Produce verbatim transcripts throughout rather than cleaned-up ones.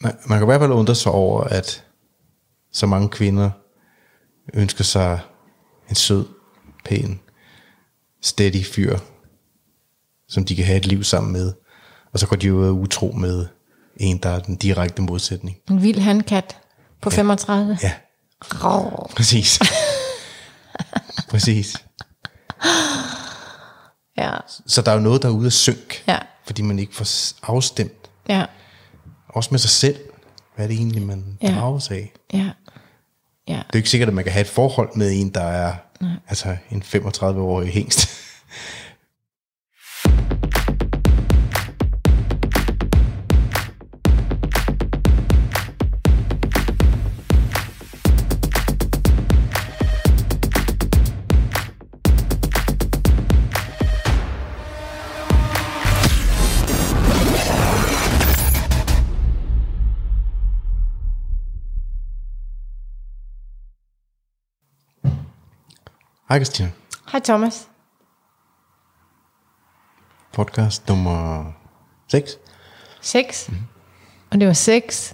man, man kan i hvert fald undre sig over, at så mange kvinder ønsker sig en sød, pæn, steady fyr, som de kan have et liv sammen med, og så går de jo utro med en, der er den direkte modsætning. En vild handkat på ja. femogtredive. Ja, oh. præcis. Præcis. Ja. Så der er jo noget, der er ude af synk, ja. fordi man ikke får afstemt. Ja. Også med sig selv. Hvad er det egentlig, man ja. drages af? Ja. Ja. Det er jo ikke sikkert, at man kan have et forhold med en, der er Nej. altså en femogtredive-årig hængst. Hej Christina. Hej Thomas. Podcast nummer seks. seks. Mm. Og det var seks.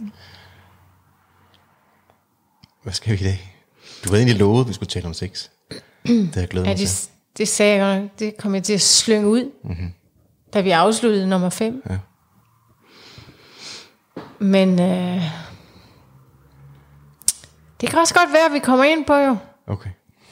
Hvad skal vi i dag? Du havde egentlig lovet, at vi skulle tale om sex. Det har jeg glædet ja, mig det, til. Det sagde jeg godt. Det kom jeg til at slynge ud, mm-hmm. da vi afsluttede nummer fem. Ja. Men øh, det kan også godt være, at vi kommer ind på jo. Okay.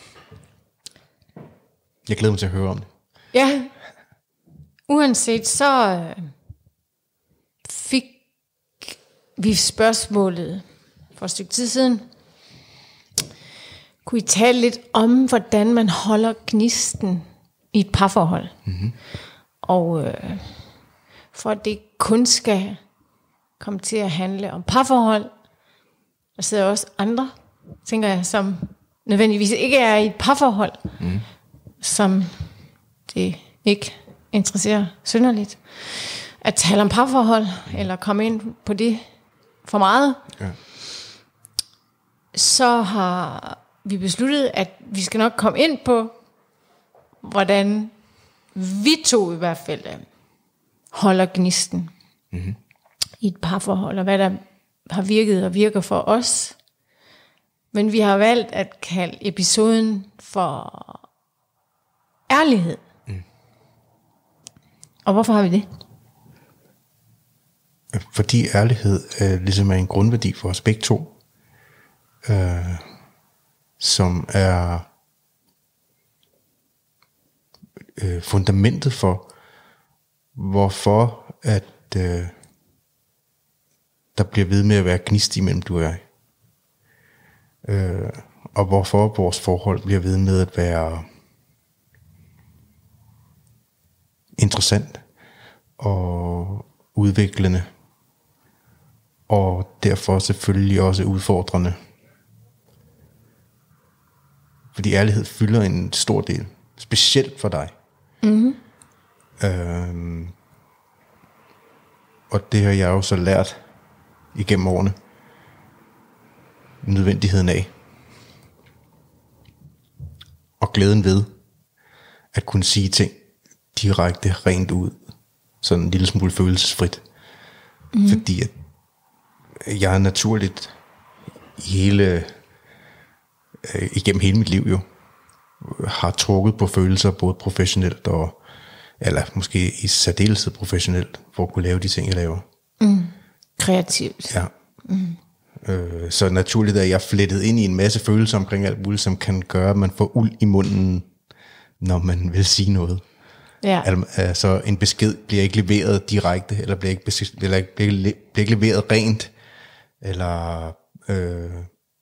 Jeg glæder mig til at høre om det. Ja. Uanset så øh, fik vi spørgsmålet for et stykke tid siden. Kunne I tale lidt om, hvordan man holder gnisten i et parforhold? Mm-hmm. Og øh, for at det kun skal komme til at handle om parforhold, der sidder også andre, tænker jeg, som nødvendigvis ikke er i et parforhold, mm. som det ikke interesserer synderligt. At tale om parforhold, eller komme ind på det for meget, ja. Så har vi besluttet, at vi skal nok komme ind på, hvordan vi to i hvert fald holder gnisten mm-hmm. i et parforhold, og hvad der har virket og virker for os. Men vi har valgt at kalde episoden for ærlighed. Mm. Og hvorfor har vi det? Fordi ærlighed øh, ligesom er en grundværdi for os begge to, øh, som er øh, fundamentet for, hvorfor at øh, der bliver ved med at være gnist imellem du og jeg. Øh, og hvorfor vores forhold bliver ved med at være interessant og udviklende, og derfor selvfølgelig også udfordrende. Fordi ærlighed fylder en stor del, specielt for dig. Mm-hmm. Øhm, og det har jeg jo så lært igennem årene, nødvendigheden af, og glæden ved at kunne sige ting direkte, rent ud, sådan en lille smule følelsesfrit. Mm. Fordi at jeg er naturligt i hele, øh, igennem hele mit liv jo, har trukket på følelser, både professionelt og, eller måske i særdeleshed professionelt, for at kunne lave de ting, jeg laver. Mm. Kreativt. Ja. Mm. Øh, så naturligt er jeg flettet ind i en masse følelser omkring alt muligt, som kan gøre, at man får uld i munden, når man vil sige noget. Ja. Altså en besked bliver ikke leveret direkte, eller bliver ikke, besked, eller ikke, bliver, bliver ikke leveret rent, eller øh,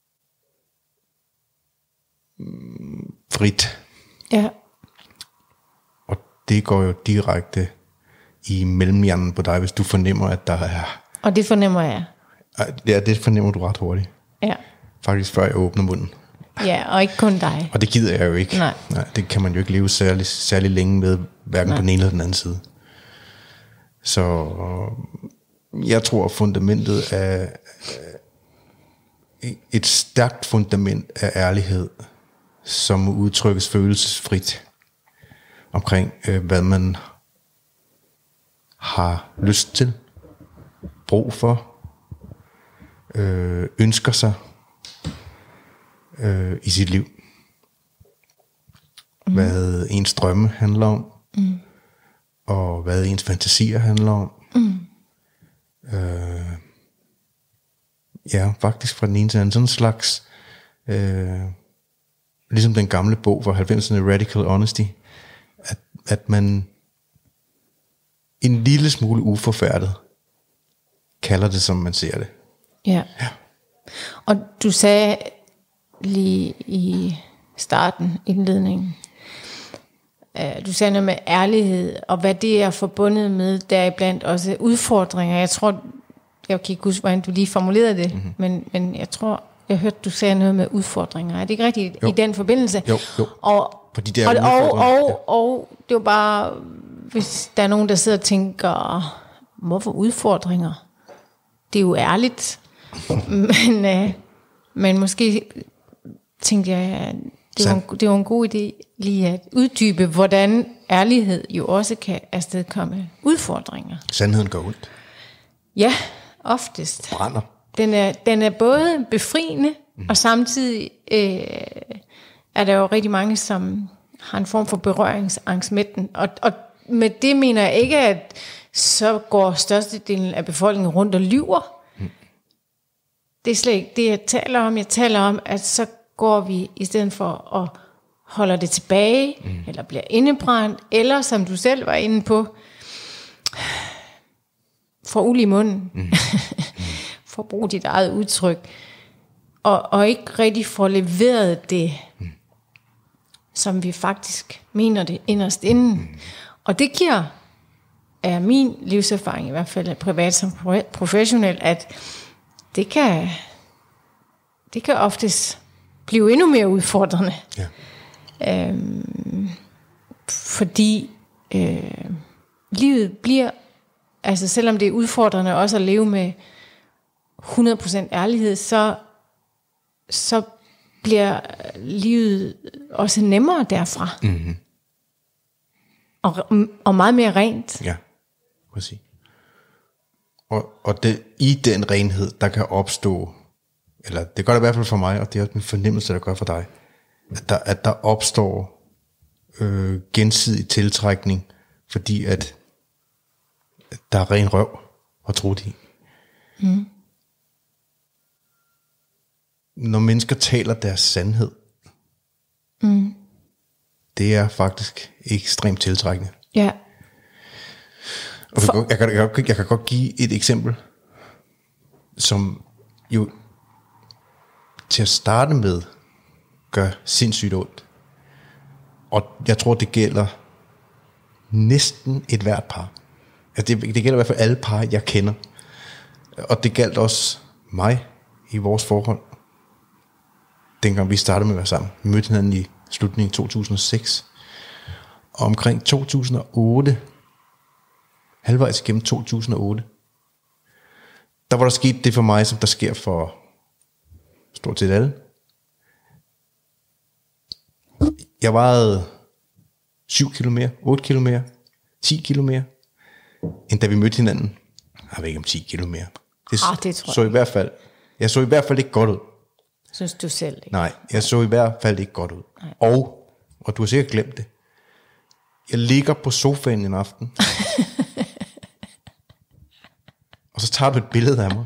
frit. Ja. Og det går jo direkte i mellemhjernen på dig, hvis du fornemmer, at der er... Og det fornemmer jeg. Ja, det fornemmer du ret hurtigt. Ja. Faktisk før jeg åbner munden. Ja, og ikke kun dig. Og det gider jeg jo ikke. Nej. Nej, det kan man jo ikke leve særlig, særlig længe med, hverken Nej. på den ene eller den anden side. Så jeg tror, at fundamentet er et stærkt fundament af ærlighed, som udtrykkes følelsesfrit omkring, øh, hvad man har lyst til, brug for, øh, ønsker sig øh, i sit liv. Mm. Hvad ens drømme handler om, mm. og hvad ens fantasier handler om. Mm. Øh, ja, faktisk fra den ene til den anden. Sådan en slags, øh, ligesom den gamle bog fra halvfemserne, Radical Honesty, at, at man en lille smule uforfærdet kalder det, som man ser det. Ja. Ja. Og du sagde lige i starten, indledningen, uh, du sagde noget med ærlighed, og hvad det er forbundet med, deriblandt også udfordringer. Jeg tror, jeg kan ikke huske, hvordan du lige formulerede det, mm-hmm. men, men jeg tror, jeg hørte, du sagde noget med udfordringer. Er det ikke rigtigt jo. I den forbindelse? Jo, jo. Og, Fordi det er og, og, og, ja. og det er jo bare, hvis der er nogen, der sidder og tænker, hvorfor udfordringer? Det er jo ærligt. men, øh, men måske tænkte jeg, det var, en, det var en god idé lige at uddybe, hvordan ærlighed jo også kan afstedkomme udfordringer. Sandheden går ondt. Ja, oftest. Brænder. Den er, den er både befriende, mm. og samtidig øh, er der jo rigtig mange, som har en form for berøringsangst med den. Og, og med det mener jeg ikke, at så går størstedelen af befolkningen rundt og lyver. Mm. Det er slet ikke det, jeg taler om. Jeg taler om, at så går vi i stedet for at holde det tilbage, mm. eller bliver indebrændt, eller som du selv var inde på, får uld i munden. Mm. For at bruge dit eget udtryk. Og, og ikke rigtig får leveret det, mm. som vi faktisk mener det inderst inden. Mm. Og det giver, er min livserfaring i hvert fald, privat som professionel, at det kan, det kan oftest blive endnu mere udfordrende. Ja. Øhm, fordi øh, livet bliver, altså selvom det er udfordrende også at leve med hundrede procent ærlighed, så, så bliver livet også nemmere derfra. Mm-hmm. Og, og meget mere rent. Ja, præcis. Og, og det, i den renhed, der kan opstå, eller det gør det i hvert fald for mig, og det er også min fornemmelse, der gør for dig, at der, at der opstår øh, gensidig tiltrækning, fordi at, at der er ren røv og trudt i. Mm. Når mennesker taler deres sandhed, mm. det er faktisk ekstremt tiltrækkende. Ja. Og For... jeg, kan, jeg, kan, jeg kan godt give et eksempel, som jo til at starte med gør sindssygt ondt. Og jeg tror, det gælder næsten et hvert par. Altså det, det gælder i hvert fald alle par, jeg kender. Og det galt også mig i vores forhold. Dengang vi startede med at være sammen. Vi mødte hinanden i slutningen af to tusind og seks. Og omkring to tusind og otte, halvvejs igennem to tusind og otte, der var der sket det for mig, som der sker for stort set alle. Jeg vejede syv kilo mere, otte kilo mere, ti kilo mere, end da vi mødte hinanden. Jeg ved ikke om ti kilo mere. Det, ah, det tror jeg. Så i hvert fald, jeg så i hvert fald ikke godt ud. Synes du selv ikke? Nej, jeg så i hvert fald ikke godt ud. Nej. Og, og du har sikkert glemt det, jeg ligger på sofaen en aften, og så tager du et billede af mig.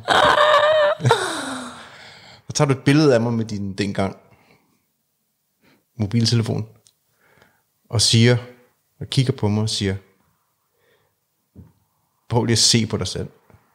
Så tager du et billede af mig med din dengang mobiltelefon, og siger, og kigger på mig og siger, prøv lige at se på dig selv.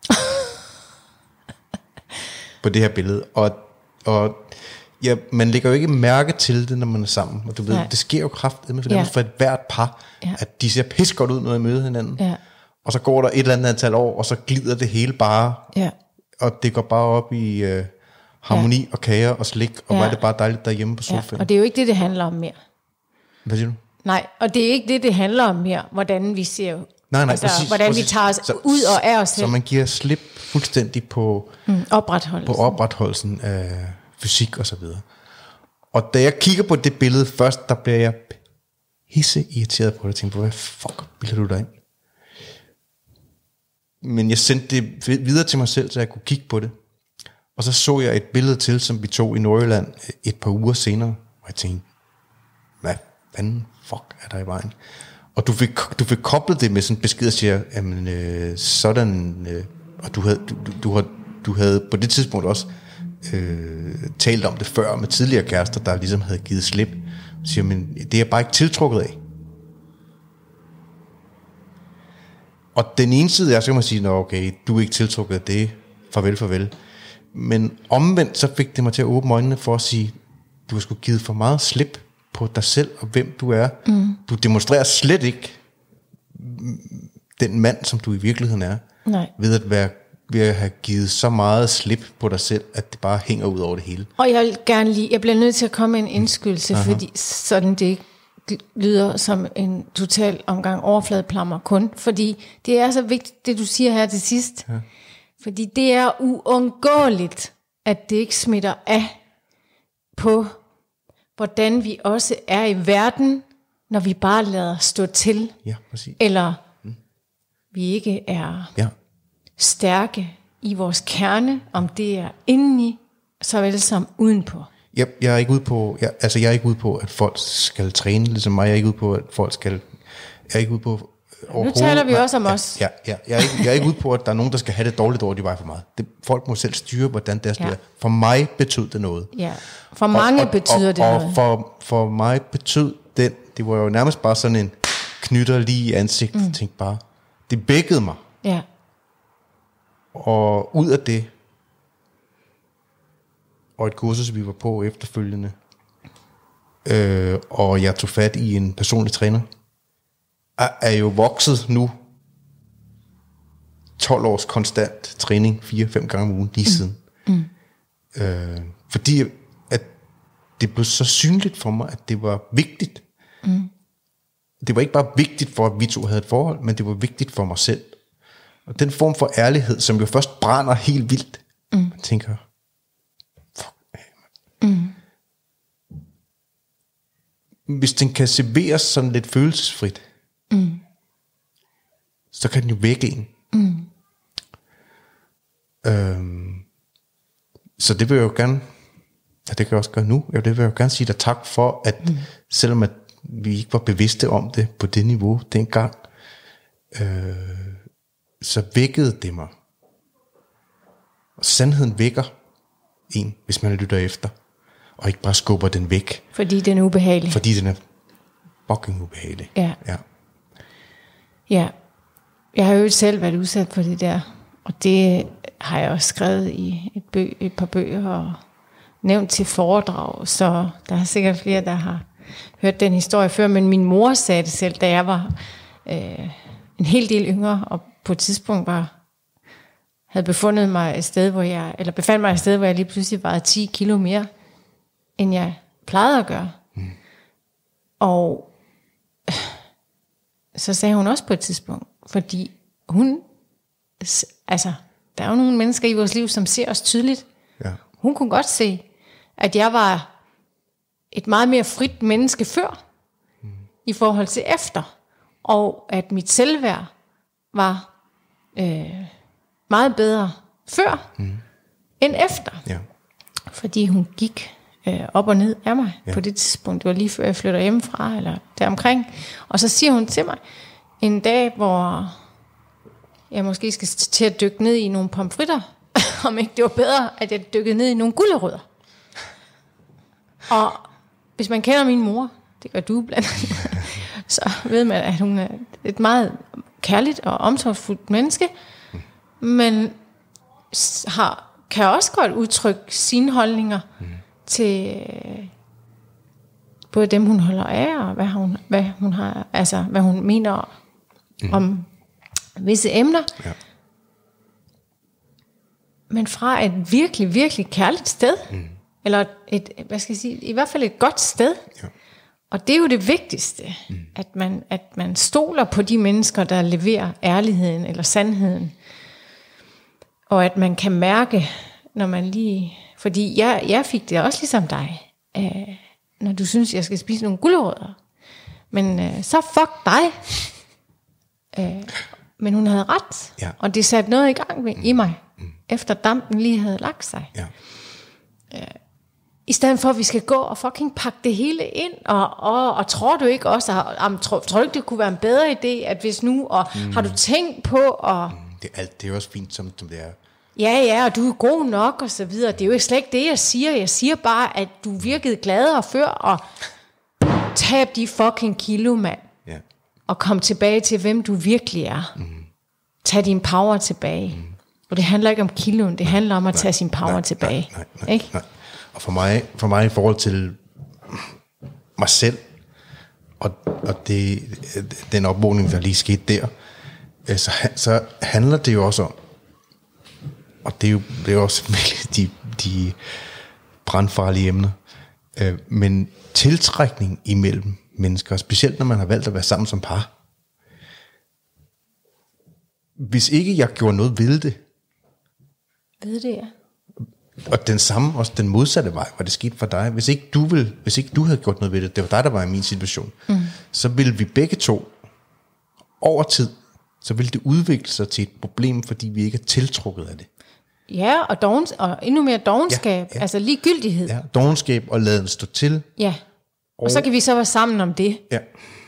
På det her billede. Og, og ja, man lægger jo ikke mærke til det, når man er sammen. Og du ved, Nej. Det sker jo kraftedeme for, ja. for et hvert par, ja. At de ser pis godt ud, når de møder hinanden. Ja. Og så går der et eller andet antal år, og så glider det hele bare. Ja. Og det går bare op i øh, harmoni ja. og kager og slik, og ja. Hvor er det bare dejligt derhjemme på sofaen. Ja. Og det er jo ikke det, det handler om mere. Hvad siger du? Nej, og det er ikke det, det handler om mere, hvordan vi ser jo. Nej, nej, altså, præcis, hvordan præcis. vi tager os så, ud og af os selv. Så man giver slip fuldstændig på, mm, opretholdelsen. på opretholdelsen af fysik og så videre. Og da jeg kigger på det billede først, der bliver jeg hisse irriteret på det. Jeg tænker, hvad fuck bilder du dig ind? Men jeg sendte det videre til mig selv, så jeg kunne kigge på det. Og så så jeg et billede til, som vi tog i Nordjylland et par uger senere, og jeg tænkte, hvad fanden fuck er der i vejen? Og du fik, du fik koblet det med sådan en besked, der siger, jamen øh, sådan, øh, og du havde, du, du, havde, du havde på det tidspunkt også øh, talt om det før med tidligere kærester, der ligesom havde givet slip. Så siger, men det er jeg bare ikke tiltrukket af. Og den ene side er, så kan man sige, nå okay, du er ikke tiltrukket af det, farvel, farvel. Men omvendt, så fik det mig til at åbne øjnene for at sige, du har sgu givet for meget slip på dig selv og hvem du er. Mm. Du demonstrerer slet ikke den mand, som du i virkeligheden er. Nej. Ved at være ved at have givet så meget slip på dig selv, at det bare hænger ud over det hele. Og jeg vil gerne lige, jeg bliver nødt til at komme med en indskydelse, mm. fordi sådan det ikke lyder som en total omgang overfladeplammer kun, fordi det er så vigtigt, det du siger her til sidst. Ja. Fordi det er uundgåeligt, at det ikke smitter af på, hvordan vi også er i verden, når vi bare lader stå til. Ja, præcis. Eller mm. vi ikke er ja. stærke i vores kerne, om det er indeni, såvel som udenpå. Jeg, jeg er ikke ude på, jeg, altså jeg er ikke ude på, at folk skal træne ligesom mig. Jeg er ikke ude på, at folk skal, jeg er ikke ude på nu taler vi også om ja, os. Ja, ja, jeg, er ikke, jeg er ikke ude på, at der er nogen, der skal have det dårligt over, de vejer for meget. Det, folk må selv styre, hvordan deres ja. er. For mig betød det noget. Ja, for mange og, og, betyder og, det og, noget. Og for, for mig betød den, det var jo nærmest bare sådan en knytter lige i ansigtet. Mm. Tænkte bare, det bækkede mig. Ja. Og ud af det, og et kursus, vi var på efterfølgende, øh, og jeg tog fat i en personlig træner, er, er jo vokset nu tolv års konstant træning, fire fem gange om ugen, lige siden. Mm. Mm. Øh, fordi at det blev så synligt for mig, at det var vigtigt. Mm. Det var ikke bare vigtigt for, at vi to havde et forhold, men det var vigtigt for mig selv. Og den form for ærlighed, som jo først brænder helt vildt, mm. man tænker, fuck, mm. hvis den kan serveres sådan lidt følelsesfrit, mm. så kan den jo vække en. Mm. Øhm, så det vil jeg jo gerne, ja, det kan jeg også gøre nu, ja, det vil jeg jo gerne sige dig tak for, at mm. selvom at vi ikke var bevidste om det på det niveau dengang, øh, så vækkede det mig. Og sandheden vækker en, hvis man lytter efter, og ikke bare skubber den væk. Fordi den er ubehagelig. Fordi den er fucking ubehagelig. Ja. Ja. Ja. Jeg har jo selv været udsat for det der, og det har jeg også skrevet i et, bøg, et par bøger og nævnt til foredrag, så der er sikkert flere, der har hørt den historie før, men min mor sagde det selv, da jeg var øh, en hel del yngre, og på et tidspunkt var, havde befundet mig et sted, hvor jeg, eller befandt mig et sted, hvor jeg lige pludselig vejede ti kilo mere, end jeg plejede at gøre. Mm. Og øh, så sagde hun også på et tidspunkt, fordi hun, altså, der er jo nogle mennesker i vores liv, som ser os tydeligt. Ja. Hun kunne godt se, at jeg var et meget mere frit menneske før, mm. i forhold til efter, og at mit selvværd var øh, meget bedre før, mm. end efter. Ja. Fordi hun gik øh, op og ned af mig ja. på det tidspunkt. Det var lige før jeg flytter hjemmefra, eller deromkring. Og så siger hun til mig, en dag, hvor jeg måske skal til at dykke ned i nogle pomfritter, om ikke det var bedre, at jeg dykkede ned i nogle gulerødder. Og hvis man kender min mor, det gør du blandt andet, så ved man, at hun er et meget kærligt og omsorgsfuldt menneske, men har, kan også godt udtrykke sine holdninger mm. til både dem, hun holder af, og hvad hun, hvad hun, har, altså, hvad hun mener mm. om visse emner. Ja. Men fra et virkelig, virkelig kærligt sted, mm. eller et, hvad skal jeg sige, i hvert fald et godt sted. Ja. Og det er jo det vigtigste, mm. at, man, at man stoler på de mennesker, der leverer ærligheden eller sandheden. Og at man kan mærke, når man lige... Fordi jeg, jeg fik det også ligesom dig, øh, når du synes, jeg skal spise nogle gulerødder. Men øh, så fuck dig. Øh, men hun havde ret, ja. Og det satte noget i gang med, mm. i mig. Mm. efter dampen lige havde lagt sig. Ja. I stedet for, at vi skal gå og fucking pakke det hele ind, og, og, og tror du ikke også, at, tror, tror du ikke, det kunne være en bedre idé, at hvis nu, og mm. har du tænkt på, og... Mm, det, er alt, det er også fint, som, som det er. Ja, ja, og du er god nok, og så videre. Det er jo slet ikke det, jeg siger. Jeg siger bare, at du virkede gladere før, og tab de fucking kilo, mand. Ja. Og kom tilbage til, hvem du virkelig er. Mm. Tag din power tilbage. Mm. Og det handler ikke om kiloen, det handler om at nej, tage sin power nej, tilbage. Nej, nej, nej, ikke? nej. Og for mig, for mig i forhold til mig selv, og, og det, den opvågning, der lige skete der, så, så handler det jo også om, og det er jo, det er jo også de, de brandfarlige emner, men tiltrækning imellem mennesker, specielt når man har valgt at være sammen som par. Hvis ikke jeg gjorde noget ved det, ved det, ja. Og den samme, også den modsatte vej, hvor det skete for dig. Hvis ikke du vil, hvis ikke du havde gjort noget ved det, det var dig, der var i min situation, mm. så ville vi begge to over tid, så ville det udvikle sig til et problem, fordi vi ikke er tiltrukket af det. Ja, og, dovens, og endnu mere dovenskab, ja, ja. Altså ligegyldighed. Ja, dovenskab og lade den stå til. Ja, og, og så kan vi så være sammen om det. Ja.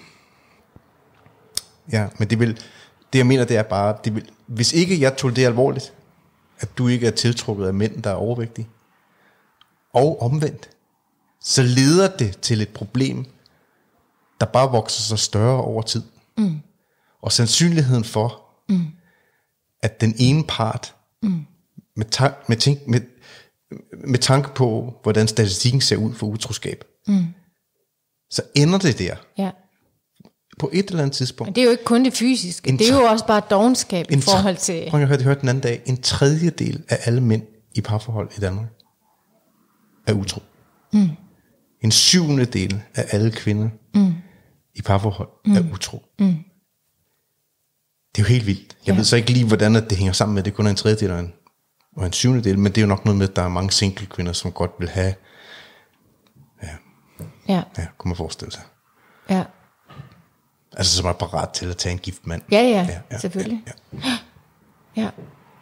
Ja, men det vil, det jeg mener, det er bare, det vil, hvis ikke jeg tog det alvorligt, at du ikke er tiltrukket af mænd, der er overvægtige, og omvendt, så leder det til et problem, der bare vokser sig større over tid. Mm. Og sandsynligheden for, mm. at den ene part, mm. med, ta- med, tænk- med, med tanke på, hvordan statistikken ser ud for utroskab, mm. så ender det der. Ja. På et eller andet tidspunkt. Men det er jo ikke kun det fysiske, det er jo også bare dovenskab i forhold til... Prøv at høre, det hørte den anden dag. En tredjedel af alle mænd i parforhold i Danmark er utro. Mm. En syvende del af alle kvinder mm. i parforhold mm. er utro. Mm. Det er jo helt vildt. Jeg ja. ved så ikke lige, hvordan det hænger sammen med, det kun er en tredjedel og en, og en syvende del, men det er jo nok noget med, at der er mange single kvinder, som godt vil have... Ja, ja. ja kunne man forestille sig. Ja. Altså som er parat til at tage en gift mand. Ja, ja, ja, ja selvfølgelig. Ja, ja. Ja.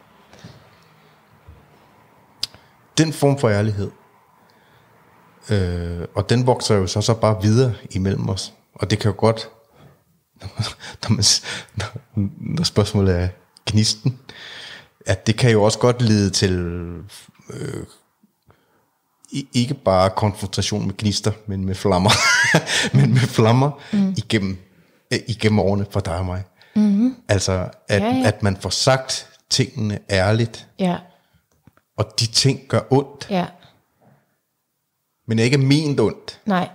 Den form for ærlighed, øh, og den vokser jo så, så bare videre imellem os. Og det kan jo godt, når, man, når, når spørgsmålet er gnisten, at det kan jo også godt lede til øh, ikke bare konfrontation med gnister, men med flammer. men med flammer mm. igennem igennem årene for dig og mig. Mm-hmm. Altså, at, ja, ja. at man får sagt tingene ærligt, ja. og de ting gør ondt, ja. men ikke ment ondt. Nej.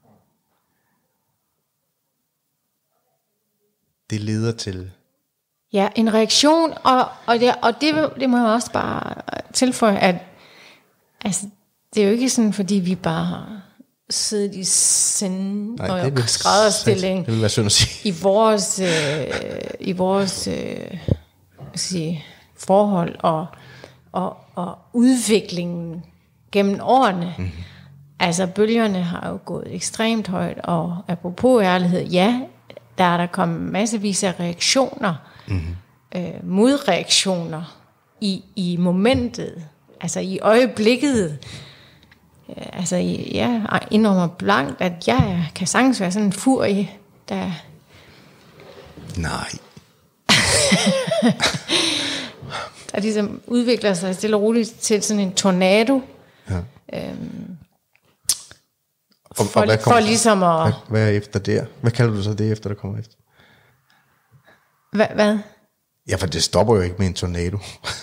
Det leder til... Ja, en reaktion, og, og, det, og det, det må jeg også bare tilføje, at altså, det er jo ikke sådan, fordi vi bare har siddet i send og skrædderstilling det vil være synd at sige. i vores øh, i vores øh, sige, forhold og, og, og udviklingen gennem årene. Mm-hmm. Altså bølgerne har jo gået ekstremt højt, og apropos ærlighed, ja, der er der kommet massevis af reaktioner, mm-hmm. øh, modreaktioner i, i momentet, altså i øjeblikket. Altså, jeg indrømmer blankt, at jeg kan sagtens være sådan en furie, der... Nej. der ligesom udvikler sig stille og roligt til sådan en tornado. Ja. Øhm, for, for, og for ligesom at... Hvad, hvad er efter det? Hvad kalder du så det efter, der kommer efter? Hva, hvad? Ja, for det stopper jo ikke med en tornado.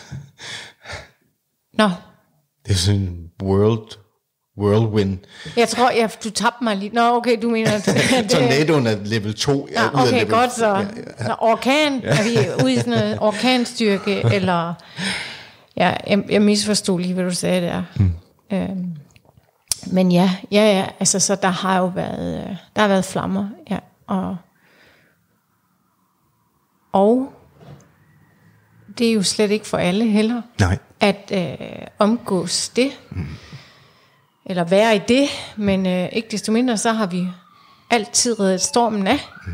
Nå. Det er sådan en world... whirlwind. Jeg tror, jeg, du tabte mig lige. Nå, okay, du mener... At, at tornadoen er level to. Ja, okay, level godt så. Ja, ja. Så orkan, ja. Er vi ude i sådan noget orkanstyrke, eller... Ja, jeg, jeg misforstod lige, hvad du sagde der. Hmm. Øhm, men ja, ja, ja, altså, så der har jo været, der har været flammer, ja, og... Og... Det er jo slet ikke for alle heller. Nej. At øh, omgås det. Hmm. Eller være i det, men øh, ikke desto mindre, så har vi altid reddet stormen af. Mm.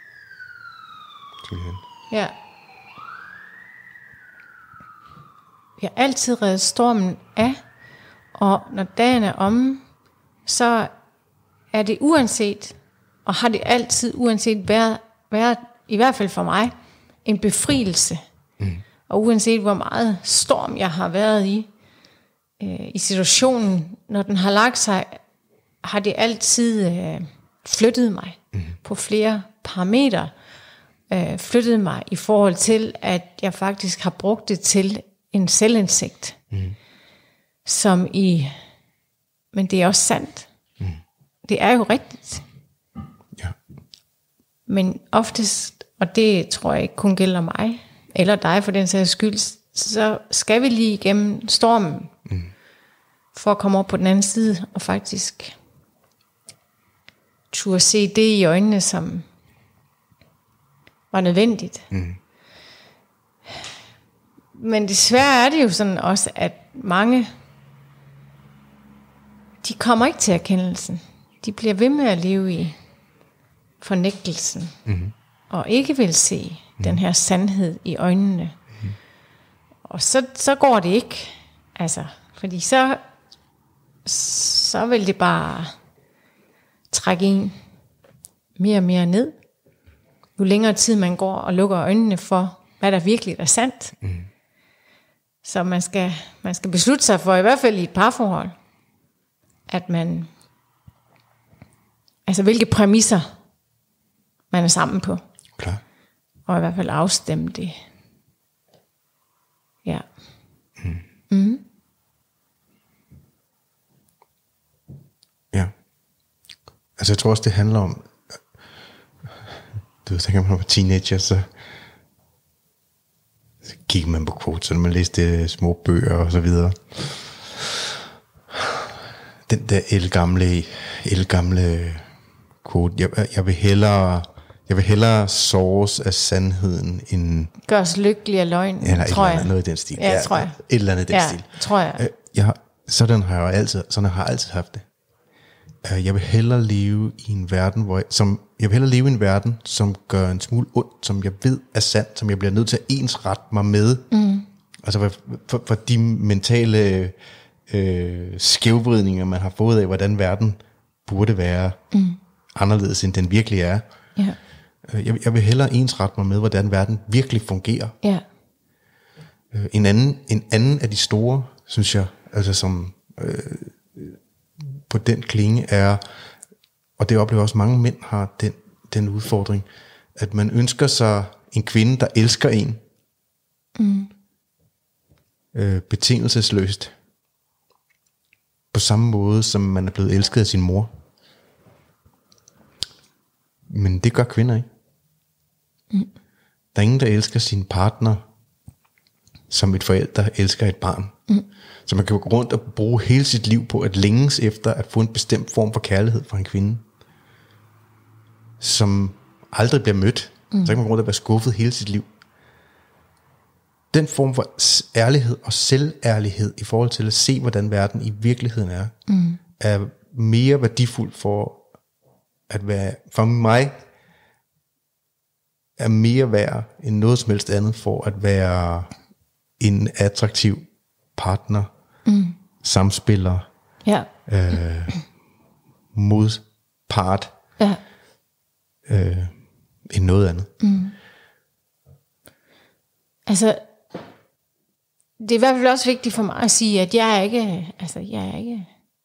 Ja. jeg altid reddet stormen af, og når dagen er omme, så er det uanset, og har det altid uanset været, været i hvert fald for mig, en befrielse. Mm. Og uanset hvor meget storm jeg har været i, øh, i situationen, når den har lagt sig, har det altid øh, flyttet mig mm. på flere parametre. Øh, flyttet mig i forhold til, at jeg faktisk har brugt det til en selvindsigt. Mm. Som i, men det er også sandt. Mm. Det er jo rigtigt. Ja. Men oftest, og det tror jeg ikke kun gælder mig, eller dig for den sags skyld, så skal vi lige igennem stormen, mm. for at komme op på den anden side, og faktisk turde se det i øjnene, som var nødvendigt. Mm. Men desværre er det jo sådan også, at mange, de kommer ikke til erkendelsen. De bliver ved med at leve i fornægtelsen, mm. og ikke vil se mm. den her sandhed i øjnene. Mm. Og så, så går det ikke. Altså, fordi så, så vil det bare trække en mere og mere ned. Jo længere tid man går og lukker øjnene for, hvad der virkelig er sandt. Mm. Så man skal, man skal beslutte sig for, i hvert fald i et parforhold, at man, altså hvilke præmisser man er sammen på. Klar. Og i hvert fald afstemme det. Ja. Mm. Mm. Ja. Altså jeg tror også, det handler om, du ved, så kan man være teenager, så, så gik man på quotes, og man læste små bøger og så videre. Den der elgamle, elgamle quote, jeg, jeg vil hellere, jeg vil hellere såres af sandheden, end gør os lykkelige af løgn, eller tror et jeg. Eller noget i den stil. Ja, tror jeg. Et eller andet den ja, stil. tror jeg. Jeg har, sådan har jeg jo altid, sådan har jeg altid haft det. Jeg vil hellere leve i en verden, hvor jeg, som, jeg vil hellere leve i en verden, som gør en smule ondt, som jeg ved er sandt, som jeg bliver nødt til at ensrette mig med. Mm. Altså for, for, for de mentale øh, skævvridninger, man har fået af, hvordan verden burde være mm. anderledes, end den virkelig er. Ja. Jeg, jeg vil hellere ensrette mig med, hvordan verden virkelig fungerer. Ja. En anden, en anden af de store, synes jeg, altså som øh, på den klinge er, og det oplever også mange mænd har den, den udfordring, at man ønsker sig en kvinde, der elsker en, mm. øh, betingelsesløst, på samme måde, som man er blevet elsket af sin mor. Men det gør kvinder ikke. Mm. Der er ingen, der elsker sin partner, som et forælder elsker et barn. Mm. Så man kan gå rundt og bruge hele sit liv på at længes efter at få en bestemt form for kærlighed fra en kvinde, som aldrig bliver mødt. Mm. Så kan man gå rundt og være skuffet hele sit liv. Den form for ærlighed og selværlighed i forhold til at se, hvordan verden i virkeligheden er, mm. er mere værdifuld for at være, for mig, er mere værd end noget som helst andet for at være en attraktiv partner, mm. samspiller, ja. øh, modpart, ja. øh, end noget andet. Mm. Altså, det er i hvert fald også vigtigt for mig at sige, at jeg er ikke, altså jeg er ikke,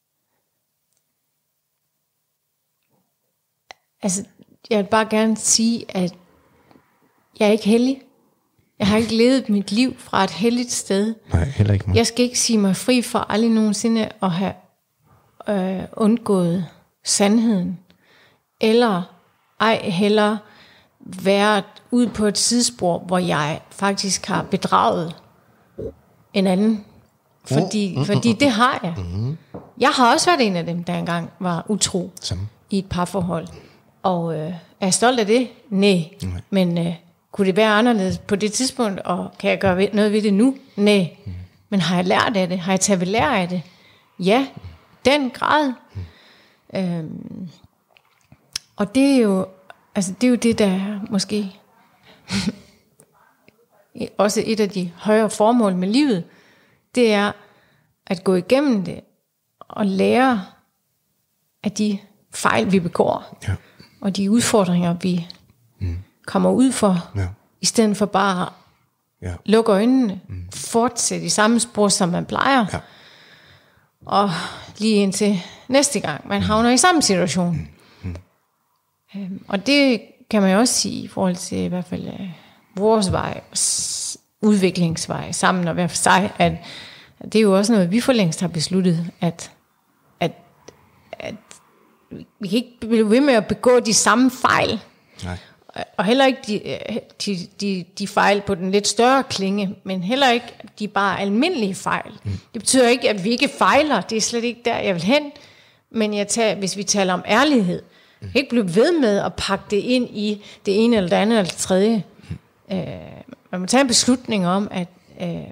altså jeg vil bare gerne sige, at jeg er ikke hellig. Jeg har ikke levet mit liv fra et helligt sted. Nej, heller ikke mig. Jeg skal ikke sige mig fri for aldrig nogensinde at have øh, undgået sandheden. Eller ej heller været ude på et sidespor, hvor jeg faktisk har bedraget en anden. Fordi, mm, fordi det har jeg. Mm. Jeg har også været en af dem, der engang var utro Samme. i et parforhold. Og øh, er jeg stolt af det? Nej. Nej. Men øh, kunne det være anderledes på det tidspunkt, og kan jeg gøre noget ved det nu? Nej. Mm. Men har jeg lært af det? Har jeg taget ved lære af det? Ja, den grad. Mm. Øhm, og det er jo, altså det er jo det, der er måske også et af de højere formål med livet, det er at gå igennem det, og lære af de fejl, vi begår, Ja. og de udfordringer, vi mm. kommer ud for, Ja. i stedet for bare Ja. at lukke øjnene, mm. fortsætte i samme spor, som man plejer, Ja. og lige indtil næste gang, man havner i samme situation. Mm. Mm. Øhm, og det kan man jo også sige, i forhold til i hvert fald øh, vores vej, s- udviklingsvej, sammen og hver for sig, at, at det er jo også noget, vi for længst har besluttet, at, at, at vi kan ikke blive ved med at begå de samme fejl, Nej. og heller ikke de, de, de, de fejl på den lidt større klinge, men heller ikke de bare almindelige fejl. Mm. Det betyder ikke, at vi ikke fejler, det er slet ikke der, jeg vil hen, men jeg tager, hvis vi taler om ærlighed, mm. ikke blive ved med at pakke det ind i det ene eller det andet eller det tredje. Mm. Øh, man må tage en beslutning om, at, øh,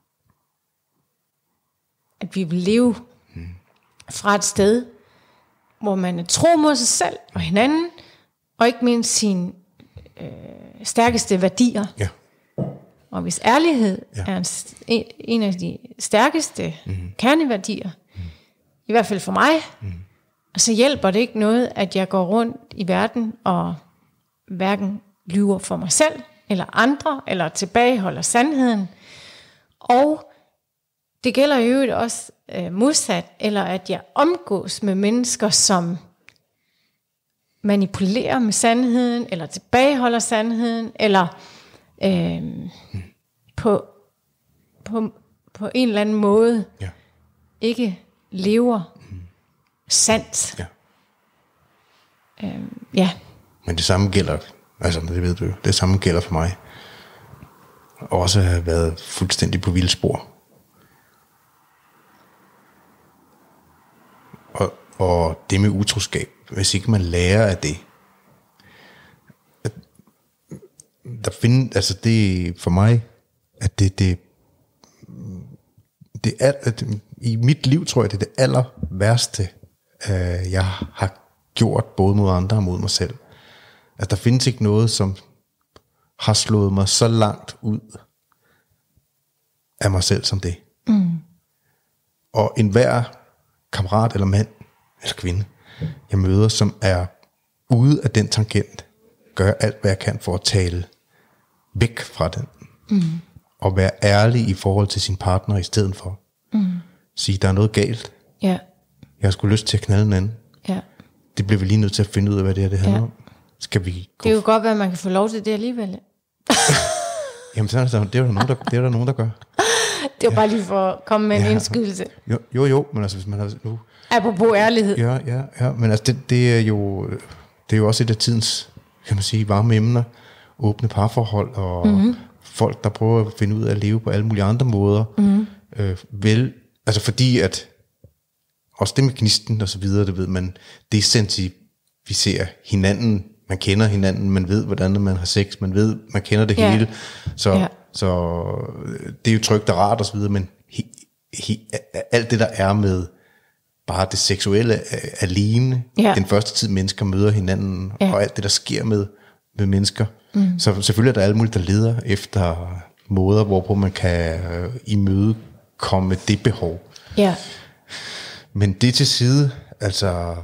at vi vil leve mm. fra et sted, hvor man er tro mod sig selv og hinanden, og ikke mindst sine øh, stærkeste værdier. Ja. Og hvis ærlighed Ja. er en, en, en af de stærkeste mm-hmm. kerneværdier, mm. i hvert fald for mig, mm. så hjælper det ikke noget, at jeg går rundt i verden og hverken lyver for mig selv, eller andre, eller tilbageholder sandheden. Og det gælder jo øvrigt også øh, modsat, eller at jeg omgås med mennesker, som manipulerer med sandheden, eller tilbageholder sandheden, eller øh, mm. på, på, på en eller anden måde Ja. ikke lever mm. sandt. Ja. Øh, ja. Men det samme gælder, altså det ved du jo, det samme gælder for mig. Også at have været fuldstændig på vildspor. Og, og det med utroskab, hvis ikke man lærer af det, at der findes, altså det for mig, at det, det, det er, at i mit liv tror jeg, det er det aller værste, øh, jeg har gjort, både mod andre og mod mig selv. At der findes ikke noget, som har slået mig så langt ud af mig selv som det. Mm. Og enhver kammerat eller mand eller kvinde, jeg møder, som er ude af den tangent, gør alt, hvad jeg kan for at tale væk fra den. Mm. Og være ærlig i forhold til sin partner i stedet for. Mm. Sige, der er noget galt. Ja. Jeg har sgu lyst til at knalde en anden. Ja. Det bliver vi lige nødt til at finde ud af, hvad det her det handler Ja. om. Skal vi gå? Det er jo godt, at man kan få lov til det alligevel. Jamen, så er der, det er der nogen, der, det er der nogen, der gør. Det var bare lige for at komme med en Ja. indskydelse. Jo, jo, jo, men altså, hvis man har nu... Apropos ærlighed. Ja, ja, ja, men altså, det, det er jo, det er jo også et af tidens, kan man sige, varme emner, åbne parforhold, og mm-hmm. folk, der prøver at finde ud af at leve på alle mulige andre måder. Mm-hmm. Øh, vel, altså fordi at, også det med gnisten og så videre, det ved man, desensitiviserer hinanden, man kender hinanden, man ved, hvordan man har sex, man ved, man kender det Ja. hele, så, Ja. så det er jo trygt og rart og så videre, men he, he, alt det, der er med bare det seksuelle alene, Ja. den første tid mennesker møder hinanden, Ja. og alt det, der sker med, med mennesker. Mm. Så selvfølgelig er der alle mulige, der leder efter måder, hvorpå man kan øh, imødekomme det behov. Ja. Men det til side, altså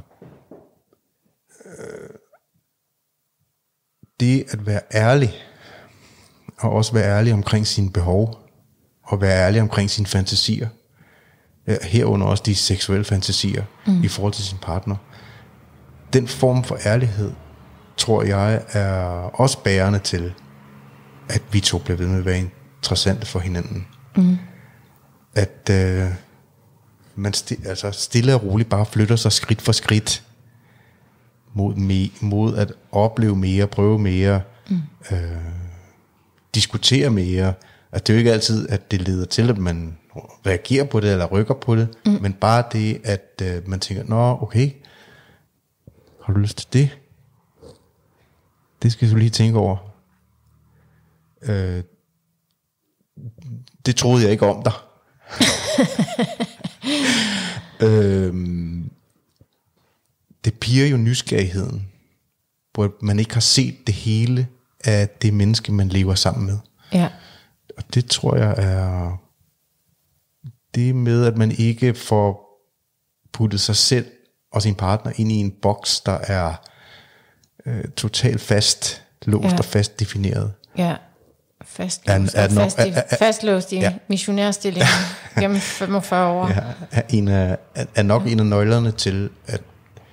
øh, det at være ærlig, og også være ærlig omkring sine behov, og være ærlig omkring sine fantasier, herunder også de seksuelle fantasier mm. i forhold til sin partner. Den form for ærlighed, tror jeg, er også bærende til, at vi to bliver ved med at være interessante for hinanden. Mm. At øh, man sti- altså stille og roligt bare flytter sig skridt for skridt mod, me- mod at opleve mere, prøve mere, mm. øh, diskutere mere. Altså, det er jo ikke altid, at det leder til, at man reagerer på det, eller rykker på det, mm. men bare det, at øh, man tænker, nå, okay, har du lyst til det? Det skal du lige tænke over. Øh, det troede jeg ikke om dig. øh, det piger jo nysgerrigheden, hvor man ikke har set det hele af det menneske, man lever sammen med. Ja. Og det tror jeg er det med, at man ikke får puttet sig selv og sin partner ind i en boks, der er øh, totalt fast, låst ja. og fast defineret. Ja, fastlåst, er, er fast, no, er, er, fastlåst i ja. missionærstillingen gennem femogfyrre år. Ja, er, en af, er, er nok ja. en af nøglerne til, at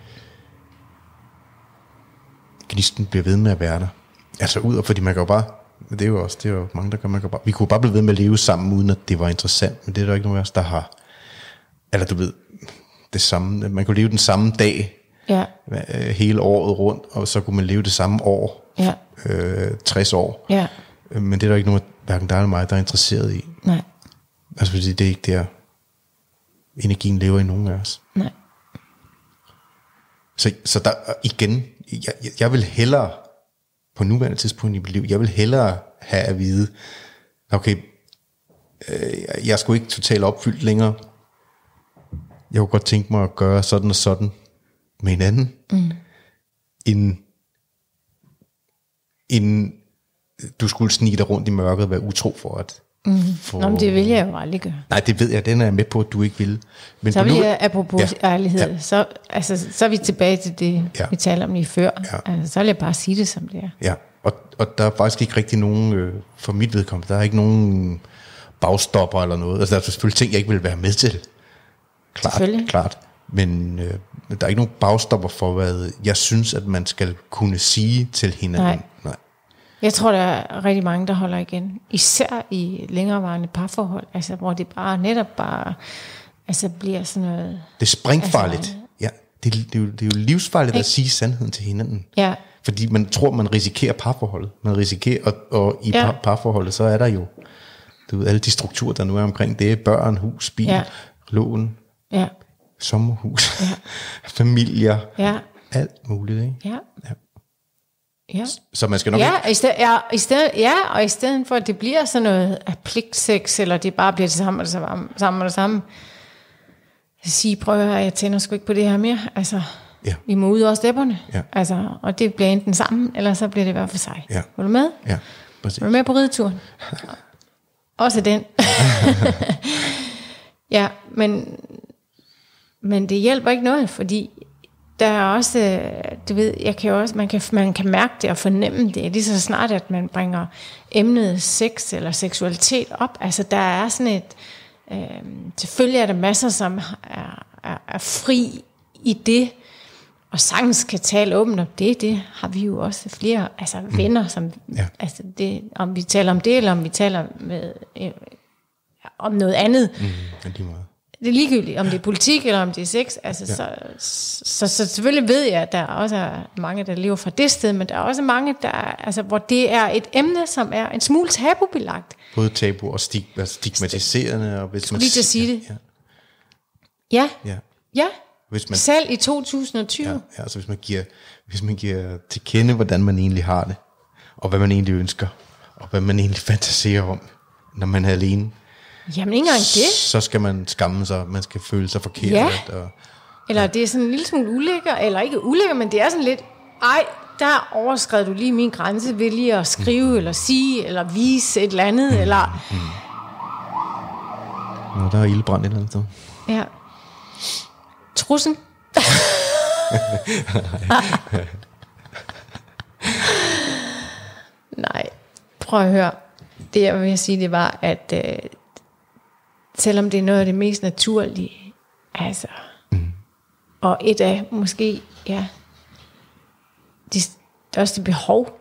gnisten bliver ved med at være der. Altså ud, fordi man kan jo bare, det er jo også, det er jo mange, der kan man kan bare, vi kunne bare blive ved med at leve sammen, uden at det var interessant, men det er der ikke nogen af os, der har, eller du ved, det samme, man kunne leve den samme dag, ja. hele året rundt, og så kunne man leve det samme år, ja. øh, tres år, ja. men det er der ikke nogen, hverken dig eller mig, der er interesseret i. Nej. Altså fordi det er ikke der, energien lever i nogen af os. Nej. Så, så der, igen, jeg, jeg vil hellere, på nuværende tidspunkt i mit liv, jeg vil hellere have at vide, okay, øh, jeg er sgu ikke totalt opfyldt længere, jeg kunne godt tænke mig at gøre sådan og sådan med en anden, mm. end, end du skulle snige dig rundt i mørket og være utro for at... Mm. For, Nå, men det vil jeg jo aldrig gøre. Nej, det ved jeg, den er jeg med på, at du ikke vil. Men så vil nu, jeg, apropos ja, ærlighed, ja. Så, altså, så er vi tilbage til det, ja. vi talte om lige før. Ja. Altså, så vil jeg bare sige det, som det er. Ja, og, og der er faktisk ikke rigtig nogen, øh, for mit vedkommende, der er ikke nogen bagstopper eller noget. Altså, der er selvfølgelig ting, jeg ikke vil være med til. Klart, klart. Men øh, der er ikke nogen bagstopper for, hvad jeg synes, at man skal kunne sige til hinanden. Nej. Nej. Jeg tror, der er rigtig mange, der holder igen. Især i længerevarende parforhold, altså, hvor det bare netop bare altså, bliver sådan noget... Det er springfarligt. Altså, ja, det, det, er jo, det er jo livsfarligt ikke? At sige sandheden til hinanden. Ja. Fordi man tror, man risikerer parforholdet. Man risikerer, og, og i ja. par, parforholdet, så er der jo du ved, alle de strukturer, der nu er omkring. Det er børn, hus, bil, ja. lån, ja. sommerhus, ja. familier, ja. alt muligt. Ikke? Ja. Ja. Ja. Så man skal nok ja, i stedet, ja, i stedet, ja, og i stedet for at det bliver sådan noget af pligtsex, eller det bare bliver det samme og det samme, samme og det samme, så sige, prøv at høre, jeg tænder sgu ikke på det her mere, altså, ja. vi må ud over stepperne, ja. altså, og det bliver enten sammen, eller så bliver det hver for sig. Ja. Er du med? Ja, præcis. Er du med på rideturen? Også den. Ja, men, men det hjælper ikke noget, fordi der er også, du ved, jeg kan jo også, man kan, man kan mærke det og fornemme det, lige så snart, at man bringer emnet sex eller seksualitet op. Altså, der er sådan et, øh, selvfølgelig er der masser, som er, er, er fri i det, og sagtens kan tale åbent om det. Det har vi jo også flere altså, venner, som, ja. altså det, om vi taler om det, eller om vi taler med, øh, om noget andet. Mm, det er lige meget. Det er ligegyldigt, om det er politik, eller om det er sex. Altså, ja. så, så, så selvfølgelig ved jeg, at der også er mange, der lever fra det sted, men der er også mange, der, altså, hvor det er et emne, som er en smule tabubelagt. Både tabu og stig, stigmatiserende. Og hvis man lige til at sige det. Ja, ja, ja. ja. Hvis man, selv i to tusind og tyve. Ja, ja, altså hvis man, giver, hvis man giver til kende, hvordan man egentlig har det, og hvad man egentlig ønsker, og hvad man egentlig fantaserer om, når man er alene. Jamen ikke engang det. Så skal man skamme sig, man skal føle sig forkert. Ja. Og, eller ja. Det er sådan en lille smule ulækker, eller ikke ulækker, men det er sådan lidt, ej, der overskred du lige min grænse ved lige at skrive, mm. eller sige, eller vise et eller andet, mm. eller... Mm. Nå, der er ildbrand et eller andet sted. Ja. Trussen. Nej, prøv at høre. Det jeg vil sige, det var, at øh, selvom det er noget af det mest naturlige, altså, mm. og et af måske, ja, de største behov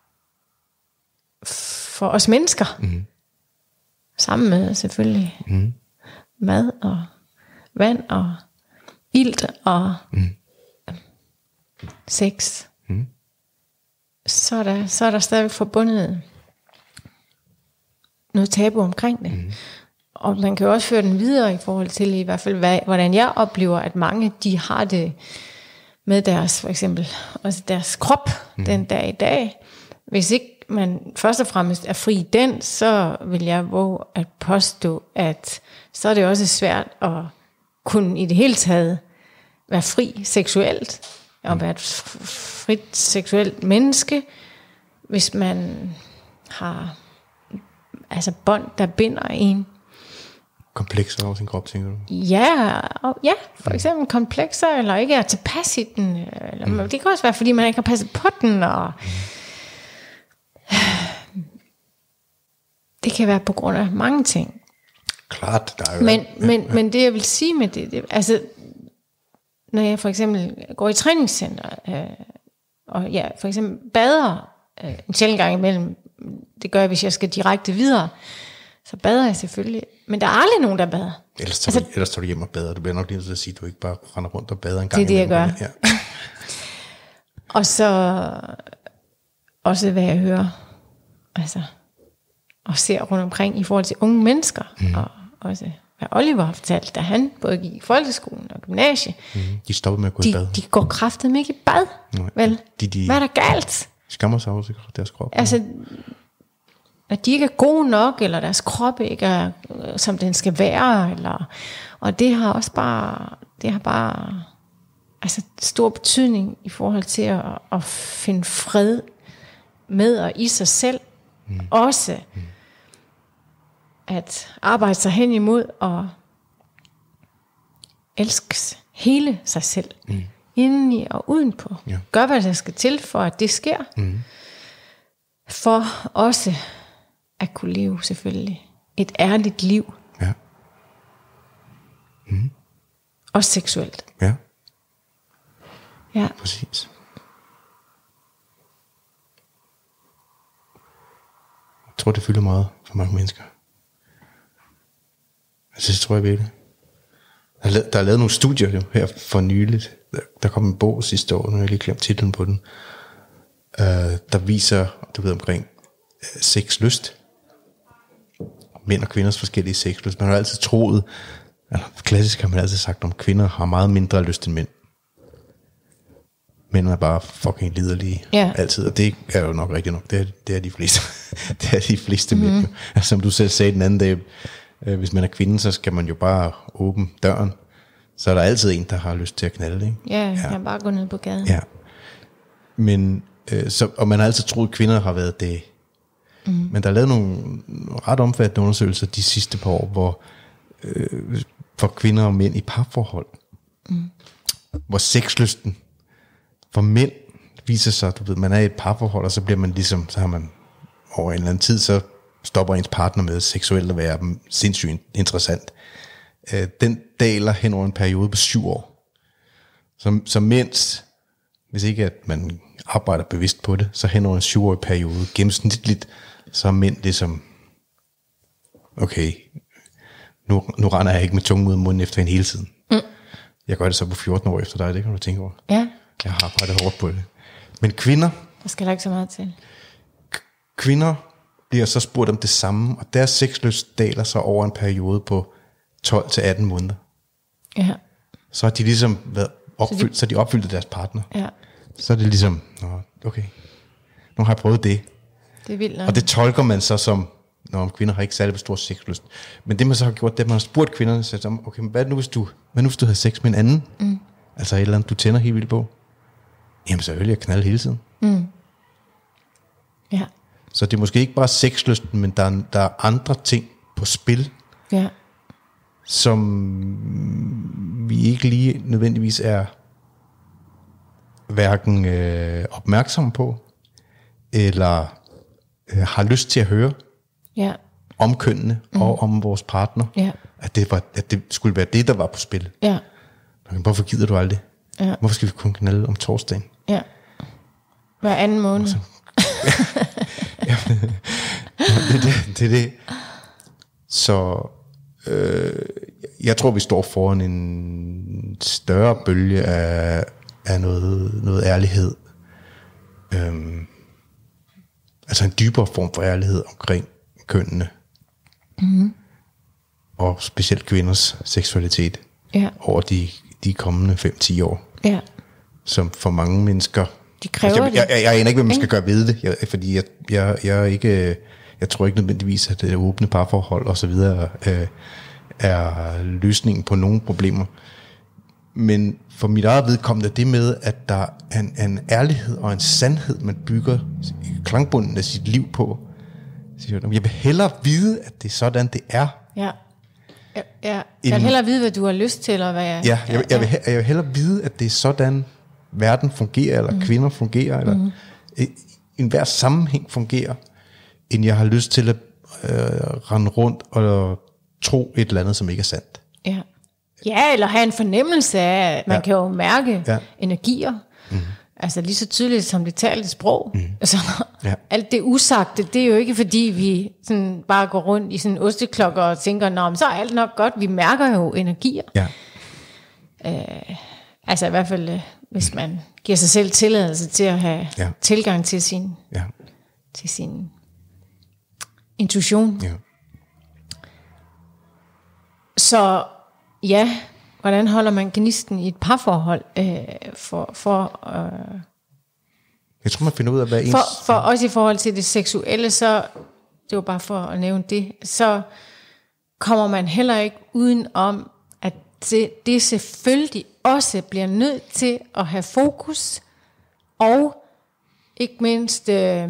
for os mennesker, mm. sammen med selvfølgelig mm. mad og vand og ilt og mm. sex, mm. så, er der, så er der stadig forbundet noget tabu omkring det. Mm. Og man kan jo også føre den videre i forhold til i hvert fald, hvad, hvordan jeg oplever, at mange de har det med deres, for eksempel, også deres krop mm. den dag i dag. Hvis ikke man først og fremmest er fri i den, så vil jeg våge at påstå, at så er det også svært at kunne i det hele taget være fri seksuelt, og være et frit seksuelt menneske, hvis man har altså bånd, der binder en. komplekser over sin krop, tænker du? Ja, og, ja, for eksempel mm. komplekser, eller ikke er tilpas i den. Eller, mm. Det kan også være, fordi man ikke har passet på den, og mm. det kan være på grund af mange ting. Klart, der er jo... Men, ja, men, ja. men det jeg vil sige med det, det altså, når jeg for eksempel går i træningscenter, øh, og ja, for eksempel bader, øh, en sjældent gang imellem, det gør jeg, hvis jeg skal direkte videre, så bader jeg selvfølgelig, men der er aldrig nogen, der bader. Ellers tager, altså, du, ellers tager du hjem og bader. Du bliver nok lige nødt til at sige, at du ikke bare render rundt og bader en gang. Det er det, jeg gør. Ja. Og så også, hvad jeg hører, altså, og ser rundt omkring i forhold til unge mennesker, mm. og også, hvad Oliver har fortalt, da han både gik i folkeskolen og gymnasie. Mm. De stopper med at gå de, i bad. De går kraftedeme ikke i bad, Nej. vel? De, de hvad er der galt? Skammer sig over deres krop. Altså, at de ikke er gode nok, eller deres krop ikke er, som den skal være, eller, og det har også bare, det har bare, altså stor betydning i forhold til at, at finde fred med og i sig selv, mm. også mm. at arbejde sig hen imod og elske hele sig selv, mm. indeni og udenpå. Ja. Gør, hvad der skal til, for at det sker. Mm. For også at kunne leve selvfølgelig et ærligt liv. Ja. Mm. Også seksuelt. Ja. Ja. Præcis. Jeg tror, det fylder meget for mange mennesker. Altså, det tror jeg virkelig. Der er lavet, der er lavet nogle studier jo, her for nyligt. Der, der kom en bog sidste år, nu har jeg lige glemt titlen på den, uh, der viser, du ved, omkring uh, sexlyst. Mænd og kvinders forskellige sexlyst. Man har altid troet, altså klassisk har man altid sagt, om kvinder har meget mindre lyst end mænd. Mænd er bare fucking liderlige, ja. altid, og det er jo nok rigtigt nok. Det er, det er de fleste, det er de fleste mm-hmm. mænd. Altså, som du selv sagde den anden dag, øh, hvis man er kvinde, så skal man jo bare åbne døren. Så er der altid en, der har lyst til at knalde, ikke? Ja, jeg kan bare gå ned på gaden. Ja. Men, øh, så, og man har altid troet, at kvinder har været det. Mm. Men der er lavet nogle ret omfattende undersøgelser de sidste par år, hvor øh, for kvinder og mænd i parforhold, mm. hvor sexlysten for mænd viser sig, du ved, man er i et parforhold, og så bliver man ligesom, så har man over en eller anden tid, så stopper ens partner med seksuelt at være sindssygt interessant. Øh, den daler hen over en periode på syv år. Så, så mens, hvis ikke at man arbejder bevidst på det, så hen over en syvårig periode, gennemsnitligt, så er mænd ligesom, okay, nu, nu render jeg ikke med tungen ud af munden efter en hele tiden. Mm. Jeg gør det så på fjorten år efter dig, det kan du tænke over. Ja. Jeg har arbejdet hårdt på det. Men kvinder, der skal der ikke så meget til. K- kvinder bliver så spurgt om det samme, og deres sexlyst daler så over en periode på tolv til atten måneder. Ja. Så har de ligesom været opfyldt, så de, så de opfyldte deres partner. Ja. Så er det ligesom, okay, nu har jeg prøvet det. Det er vildt nok. Og det tolker man så som, når kvinder har ikke særlig stor sexlyst. Men det man så har gjort, det er, at man har spurgt kvinderne, så okay, men hvad nu hvis du, hvad nu hvis du har sex med en anden? Mm. Altså et eller andet, du tænder helt vildt på. Jamen så vil jeg knalde hele tiden. Mm. Ja. Så det er måske ikke bare sexlysten, men der er, der er andre ting på spil, ja. som vi ikke lige nødvendigvis er hverken øh, opmærksomme på, eller øh, har lyst til at høre ja. om kønnene mm. og om vores partner. Ja. At, det var, at det skulle være det, der var på spil. Ja. Hvorfor gider du aldrig? Ja. Hvorfor skal vi kun knalde om torsdagen? Ja. Hver anden måned. Så, ja, det, det, det er det. Så øh, jeg tror, vi står foran en større bølge af, af noget, noget ærlighed. Øhm, altså en dybere form for ærlighed omkring kønnene. Mm-hmm. Og specielt kvinders seksualitet. Ja. Over de, de kommende fem til ti år. Ja. Som for mange mennesker... De kræver altså, jeg, jeg, jeg, jeg aner ikke, hvad man skal okay. gøre ved det. Jeg, fordi jeg, jeg, jeg, er ikke, jeg tror ikke nødvendigvis, at det åbne parforhold og så videre øh, er løsningen på nogle problemer. Men for mit eget vedkommende, det med, at der er en, en ærlighed og en sandhed, man bygger klangbunden af sit liv på. Jeg vil hellere vide, at det er sådan, det er. Ja. Ja, ja. Jeg vil hellere vide, hvad du har lyst til, eller hvad jeg... Ja, jeg, jeg, jeg, vil, jeg vil hellere vide, at det er sådan, verden fungerer, eller mm. kvinder fungerer, eller mm. en hver sammenhæng fungerer, end jeg har lyst til at øh, rende rundt og tro et eller andet, som ikke er sandt. Ja, ja, eller have en fornemmelse af, at man ja. kan jo mærke ja. energier, mm. altså lige så tydeligt som det talte sprog. Mm. Altså, ja. Alt det usagte, det er jo ikke fordi vi sådan bare går rundt i sådan en osteklokke og tænker, nå, men så er alt nok godt. Vi mærker jo energier. Ja. Øh, altså i hvert fald, øh, hvis man giver sig selv tilladelse til at have ja. tilgang til sin, ja. til sin intuition. Ja. Så ja, hvordan holder man gnisten i et parforhold øh, for... for øh, jeg tror, man finder ud af, hvad ens... For, for også i forhold til det seksuelle, så, det var bare for at nævne det, så kommer man heller ikke uden om, at det, det selvfølgelig også bliver nødt til at have fokus, og ikke mindst øh,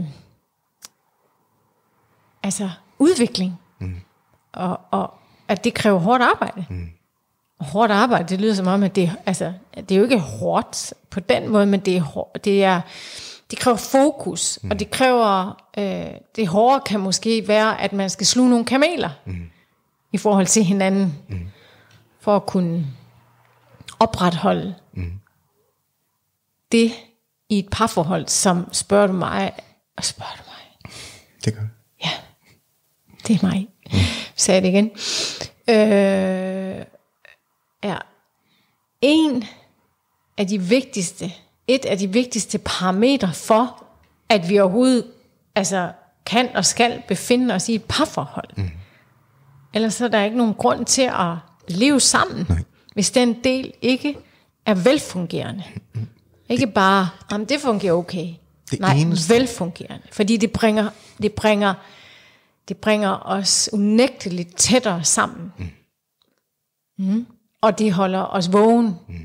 altså udvikling. Mm. Og, og at det kræver hårdt arbejde. Mm. Og hårdt arbejde, det lyder som om, at det, altså, det er jo ikke hårdt på den måde, men det er hårdt, det er... Det kræver fokus, mm. og det kræver, øh, det hårde kan måske være, at man skal sluge nogle kameler mm. i forhold til hinanden, mm. for at kunne opretholde mm. det i et parforhold, som spørger du mig, og spørger du mig. Det gør ja, det er mig. Mm. Sagde det igen. Øh, ja, en af de vigtigste Et af de vigtigste parametre for, at vi overhovedet altså, kan og skal befinde os i et parforhold. Mm. Ellers så er der ikke nogen grund til at leve sammen, Nej. Hvis den del ikke er velfungerende. Mm. Ikke bare, jamen det fungerer okay. Det Nej, eneste. velfungerende. Fordi det bringer, det bringer, det bringer os unægteligt tættere sammen. Mm. Mm. Og det holder os vågen. Mm.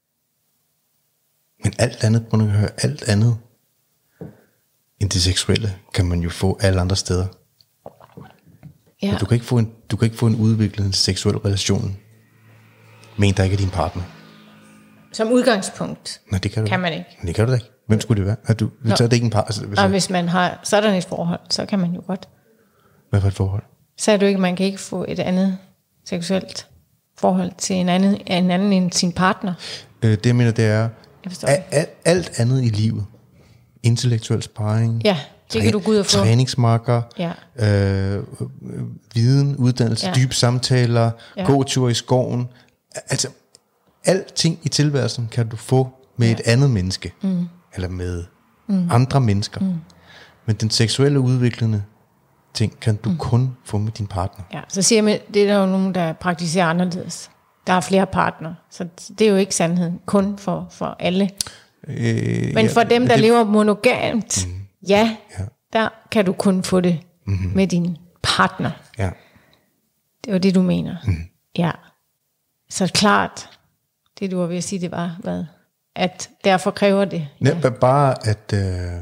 Men alt andet, må du høre, alt andet end det seksuelle, kan man jo få alle andre steder. Ja. Men du kan ikke få en, du kan ikke få en udviklet en seksuel relation med en, der ikke er din partner. Som udgangspunkt. Nej, det kan, du kan man ikke. Men det kan du da ikke. Hvem skulle det være? Er du, så er det ikke en partner. Altså, hvis, og hvis man har sådan et forhold, så kan man jo godt. Hvad for et forhold? Så er du ikke, man kan ikke få et andet seksuelt forhold til en anden, en anden end sin partner. Øh, det jeg mener, det er alt, alt andet i livet. Intellektuel sparring. Ja, det kan du gå ud og få. Træningsmarker. Ja. Øh, viden, uddannelse, ja. Dybe samtaler. Ja. Gåtur i skoven. Altså, alting i tilværelsen kan du få med ja. Et andet menneske. Mm. Eller med mm. andre mennesker. Mm. Men den seksuelle udviklende ting kan du mm. kun få med din partner. Ja, så siger man, det er der jo nogen, der praktiserer anderledes. Der er flere partner, så det er jo ikke sandheden, kun for, for alle. Øh, men for ja, dem, der det, lever monogamt, mm, ja, ja, der kan du kun få det mm-hmm. med din partner. Ja. Det var det, du mener. Mm. Ja. Så klart, det du var ved at sige, det var, hvad? At derfor kræver det. Ja. Ja, bare at øh,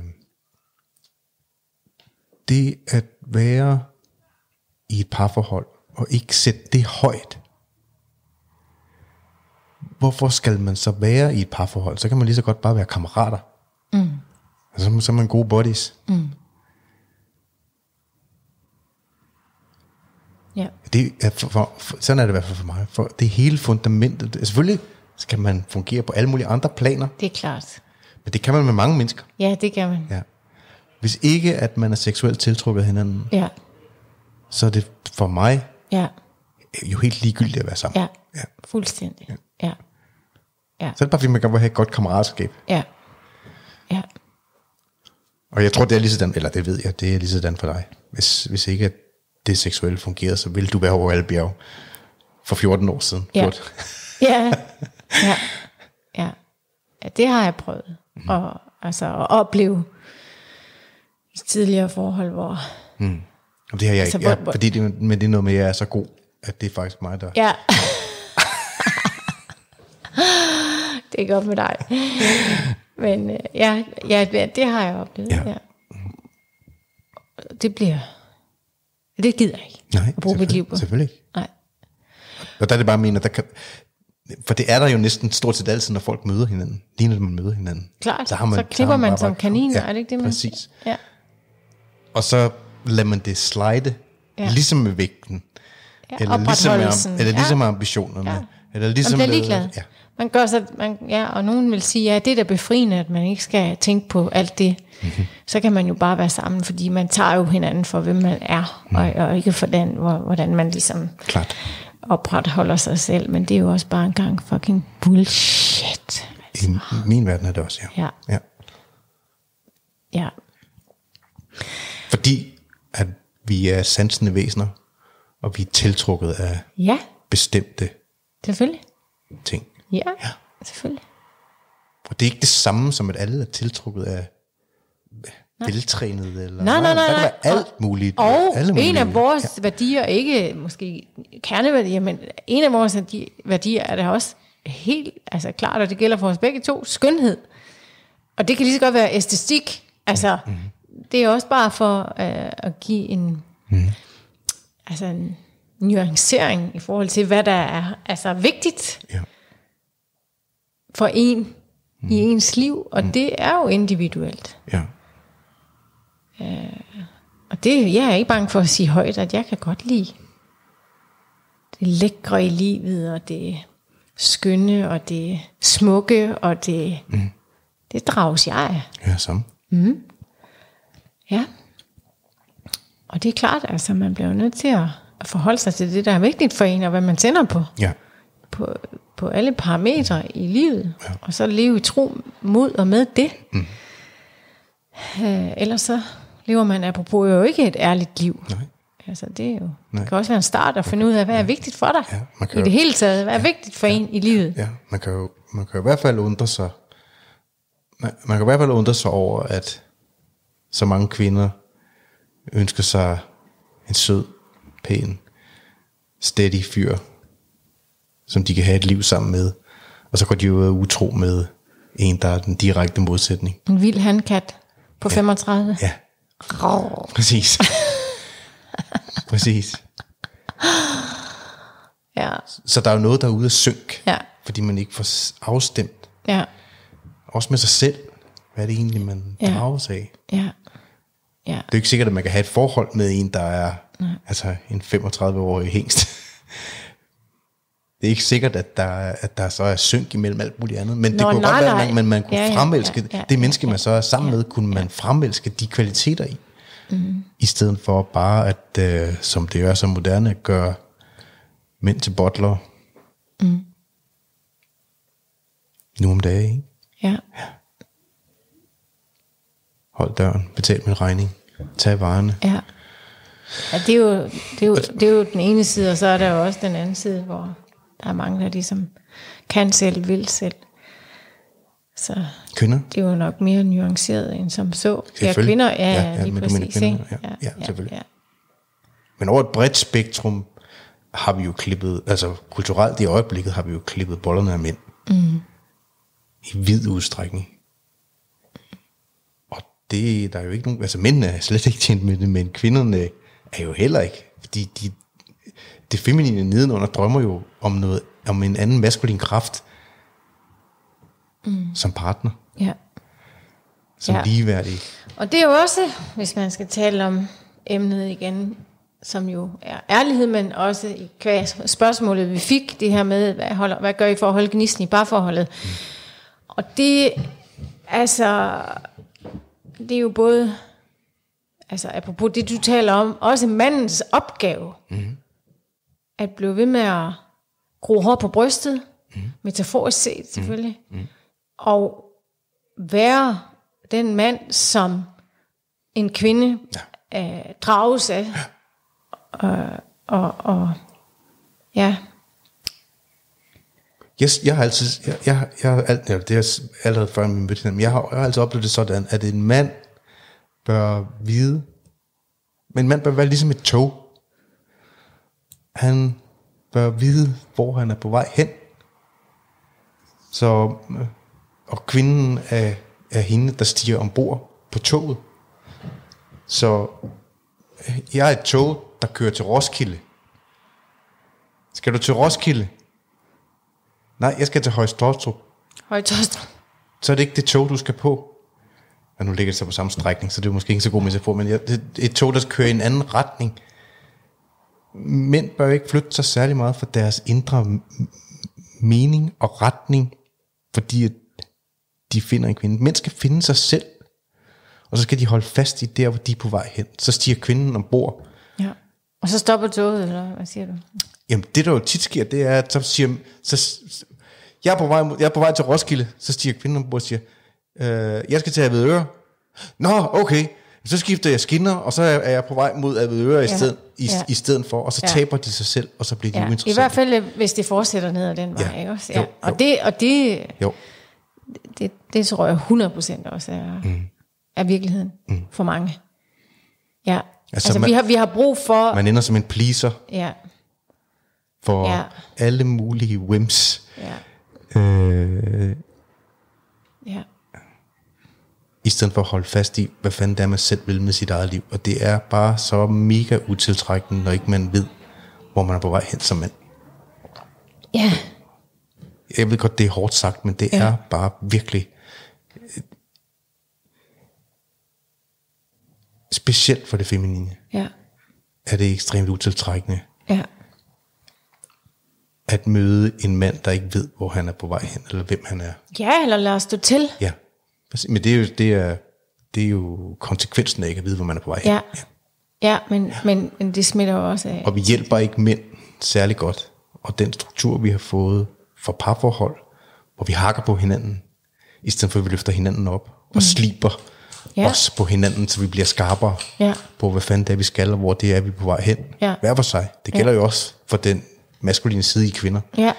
det at være i et parforhold, og ikke sætte det højt. Hvorfor skal man så være i et parforhold? Så kan man lige så godt bare være kammerater. Mm. Altså, så er man gode buddies. Mm. Ja. Det er for, for, for, sådan er det i hvert fald for mig. For det hele fundamentet. Selvfølgelig skal man fungere på alle mulige andre planer. Det er klart. Men det kan man med mange mennesker. Ja, det kan man. Ja. Hvis ikke at man er seksuelt tiltrukket af hinanden, ja. Så er det for mig ja. Jo helt ligegyldigt at være sammen. Ja, ja. Fuldstændig. Ja. Ja. Ja. Så er det bare fordi man kan have et godt kammeratskab. Ja. Ja. Og jeg tror det er lige sådan, eller det ved jeg, det er lige sådan for dig. Hvis, hvis ikke at det seksuelle fungerede, så ville du være over alle bjerge for fjorten år siden. Ja. Ja. Ja. Ja. Ja, det har jeg prøvet. Mm. Og altså at opleve i tidligere forhold, hvor mm. Og det har jeg altså, ikke, ja, hvor, fordi det, men det er noget med, at jeg er så god, at det er faktisk mig, der... Ja. Det er godt med dig. Men øh, ja, ja, det har jeg oplevet. Ja. Ja. Det bliver... Det gider jeg ikke. Nej, at bruge mit liv på. Selvfølgelig ikke. Nej. Og der er det bare mener, der kan, for det er der jo næsten stort set altid, når folk møder hinanden. Lige når man møder hinanden. Klart, så, har man, så klipper så man, man som kanin, ja, er det ikke det, man præcis. Ja. Og så lader man det slide, ja. Ligesom med vægten. Ja, eller ligesom, med, eller ligesom ja. ambitionerne. Ja. Eller ligesom man bliver ligeglad. Ja. Man gør så, man, ja, og nogen vil sige, ja, det er da befriende, at man ikke skal tænke på alt det. Mm-hmm. Så kan man jo bare være sammen, fordi man tager jo hinanden for, hvem man er, mm. og, og ikke for den, hvor, hvordan man ligesom Klart. opretholder sig selv. Men det er jo også bare en gang fucking bullshit. Altså. I min verden er det også, ja. Ja. Ja. ja. Fordi at vi er sansende væsener, og vi er tiltrukket af ja. bestemte selvfølgelig. ting. Ja, ja, selvfølgelig. Og det er ikke det samme som, at alle er tiltrukket af veltrænet, eller nej, nej, nej, der kan nej. være alt muligt. Og alle en af vores ja. værdier, ikke måske kerneværdier, men en af vores værdier er der også helt, altså klart, og det gælder for os begge to, skønhed. Og det kan lige så godt være æstetik. Altså, mm. det er også bare for uh, at give en, mm. altså en nuancering i forhold til, hvad der er altså vigtigt ja. for en mm. i ens liv, og mm. det er jo individuelt. Ja. Uh, og det, jeg er ikke bange for at sige højt, at jeg kan godt lide det lækre i livet, og det skønne, og det smukke, og det, mm. det drages jeg af. Ja, samme. Mm. Ja. Og det er klart, altså man bliver nødt til at forholde sig til det, der er vigtigt for en, og hvad man tænder på. Ja. På, på alle parametre i livet. Ja. Og så leve i tro mod og med det. Mm. Øh, ellers så lever man apropos jo ikke et ærligt liv. Nej. Altså det er jo, det kan også være en start at finde ud af, hvad er vigtigt for dig. Ja, man kan I det jo, hele taget, hvad er ja, vigtigt for ja, en i livet. Ja, man kan jo, man kan jo i hvert fald undre sig, man, man kan i hvert fald undre sig over, at så mange kvinder ønsker sig en sød, pæn, steady fyr, som de kan have et liv sammen med. Og så går de jo utro med en, der er den direkte modsætning. En vild handkat på ja. femogtredive. Ja, oh. Præcis. Præcis. Ja. Så der er jo noget, der er ude af synk, ja. fordi man ikke får afstemt. Ja. Også med sig selv. Hvad er det egentlig, man ja. drages af? Ja. Ja. Det er jo ikke sikkert, at man kan have et forhold med en, der er Nej. altså en femogtredive-årig hængst. Det er ikke sikkert, at der, at der så er synk imellem alt muligt andet. Men Nå, det kunne nej, godt være, at man, man, man kunne ja, fremelske ja, ja, det menneske, man så er sammen ja, med, kunne man fremelske de kvaliteter i. Mm. I stedet for bare, at øh, som det er så moderne, at gøre mænd til butler. Mm. Nu om dagen, ikke? Ja. ja. Hold døren, betal min regning, tag varerne. Ja. Ja, det er, jo, det, er jo, det er jo den ene side, og så er der jo også den anden side, hvor der er mange, der ligesom kan selv, vil selv. Så kvinder? Det er jo nok mere nuanceret end som så. Ja, kvinder, ja, ja, ja lige præcis. Kvinder, ja, ja, ja, selvfølgelig. Ja, ja. Men over et bredt spektrum har vi jo klippet, altså kulturelt i øjeblikket har vi jo klippet bollerne af mænd. Mm. I vid udstrækning. Og det der er jo ikke nogen, altså mændene er slet ikke tjent med det, men kvinderne er jo heller ikke, fordi de, det feminine nedenunder drømmer jo om noget, om en anden maskulin kraft, mm. som partner. Ja. Som ja. ligeværdig. Og det er jo også, hvis man skal tale om emnet igen, som jo er ærlighed, men også i spørgsmålet, vi fik, det her med, hvad, holder, hvad gør I for at holde gnisten i parforholdet? Mm. Og det, altså, det er jo både, altså apropos det, du taler om, også mandens opgave, mm. at blive ved med at gro hår på brystet, mm. metaforisk set selvfølgelig, mm. Mm. og være den mand, som en kvinde ja. øh, drages af, ja. og, og, og ja. Yes, jeg har altid, jeg, jeg, jeg har alt, ja, det er allerede før min mødte dem. Jeg har, jeg har altid oplevet det sådan, at en mand bør vide, men en mand bør være ligesom et tog. Han bør vide, hvor han er på vej hen. Så, og kvinden er, er hende, der stiger ombord på toget. Så jeg er et tog, der kører til Roskilde. Skal du til Roskilde? Nej, jeg skal til Høje-Taastrup. Høje-Taastrup. Så er det ikke det tog, du skal på. Ja, nu ligger det så på samme strækning, så det er måske ikke så god metafor, men det er et tog, der kører i en anden retning. Mænd bør ikke flytte sig særlig meget for deres indre mening og retning, fordi de finder en kvinde. Mænd skal finde sig selv, og så skal de holde fast i der, hvor de er på vej hen. Så stiger kvinden ombord. Ja. Og så stopper toget, eller hvad siger du? Jamen, det der jo tit sker, det er, at så siger, så, jeg, er på vej, jeg er på vej til Roskilde, så stiger kvinden ombord og siger, øh, jeg skal til Avedøre. Nå, okay. Så skifter jeg skinner, og så er jeg på vej mod Avedøre i, ja. sted, i, ja. i stedet for, og så ja. taber de sig selv, og så bliver de ja. uinteressante. I hvert fald, hvis det fortsætter ned ad den vej, ja. ikke også? Ja. Jo, og jo. det, og det, jo. det, det tror jeg hundrede procent også er, mm. er virkeligheden mm. for mange. Ja, altså, altså man, vi, har, vi har brug for... Man ender som en pleaser ja. for ja. alle mulige whims. Ja. Øh, ja. I stedet for at holde fast i, hvad fanden det er, man selv vil med sit eget liv. Og det er bare så mega utiltrækkende, når ikke man ved, hvor man er på vej hen som mand. Ja. Jeg ved godt, det er hårdt sagt, men det ja. er bare virkelig... Specielt for det feminine. Ja. Er det ekstremt utiltrækkende. Ja. At møde en mand, der ikke ved, hvor han er på vej hen, eller hvem han er. Ja, eller lad os stå til. Ja. Men det er jo, det er, det er jo konsekvensen af ikke at vide, hvor man er på vej hen. Ja, ja. ja men, men, men det smitter jo også af. Og vi hjælper ikke mænd særlig godt. Og den struktur, vi har fået for parforhold, hvor vi hakker på hinanden, i stedet for at vi løfter hinanden op, og mm. sliber ja. os på hinanden, så vi bliver skarpere ja. på, hvad fanden det er, vi skal, og hvor det er, vi er på vej hen. Ja. Hver for sig. Det gælder ja. jo også for den maskuline side i kvinder. Ja.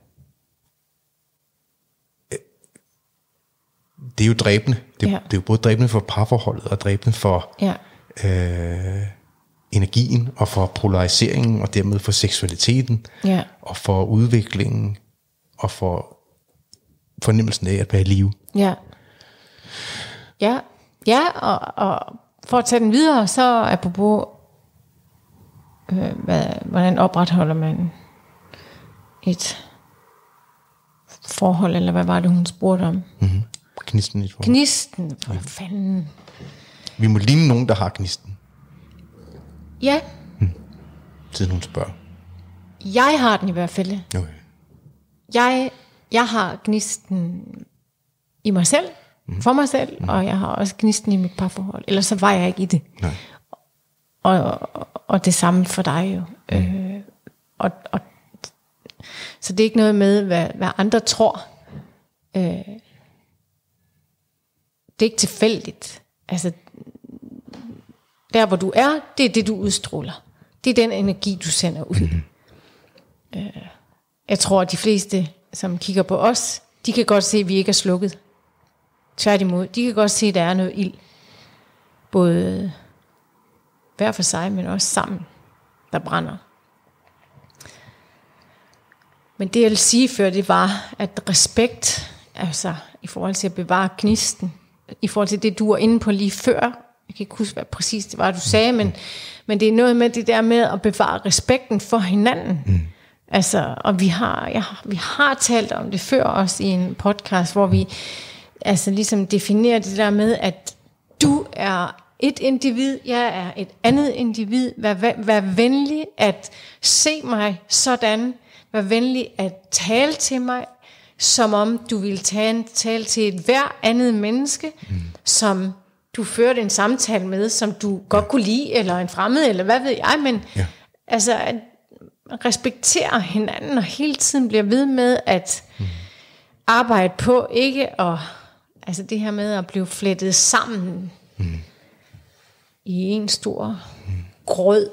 Det er jo dræbende. Det er, ja. det er jo både dræbende for parforholdet, og dræbende for ja. øh, energien, og for polariseringen, og dermed for seksualiteten, ja. og for udviklingen, og for fornemmelsen af at være i live. Ja. Ja, ja og, og for at tage den videre, så apropos, øh, hvad, hvordan opretholder man et forhold, eller hvad var det, hun spurgte om? Mm-hmm. Gnisten i et forhold. Gnisten, for ja. fanden. Vi må ligne nogen, der har gnisten. Ja. Hmm. Siden hun spørger. Jeg har den i hvert fald. Okay. Jeg, jeg har gnisten i mig selv, mm. for mig selv, mm. og jeg har også gnisten i mit parforhold. Ellers så var jeg ikke i det. Nej. Og, og, og det samme for dig jo. Mm. Øh, og, og, så det er ikke noget med, hvad, hvad andre tror. Øh, det er ikke tilfældigt. Altså, der hvor du er, det er det du udstråler. Det er den energi du sender ud. Mm. Øh, jeg tror at de fleste som kigger på os, de kan godt se at vi ikke er slukket. Tværtimod, de kan godt se at der er noget ild. Både hver for sig, men også sammen, der brænder. Men det jeg vil sige før, det var at respekt, altså i forhold til at bevare gnisten, i forhold til det du var inde på lige før, jeg kan ikke huske hvad præcis det var du sagde, men, men det er noget med det der med at bevare respekten for hinanden. Mm. Altså, og vi har, ja, vi har talt om det før også i en podcast, hvor vi altså ligesom definerer det der med, at du er et individ, jeg er et andet individ. Vær, vær, vær venlig at se mig sådan. Vær venlig at tale til mig, som om du ville tale, tale til et hver andet menneske, mm. som du førte en samtale med, som du godt kunne lide, eller en fremmed, eller hvad ved jeg, men ja. altså at respektere hinanden, og hele tiden bliver ved med at mm. arbejde på, ikke at, altså det her med at blive flettet sammen mm. i en stor mm. grød.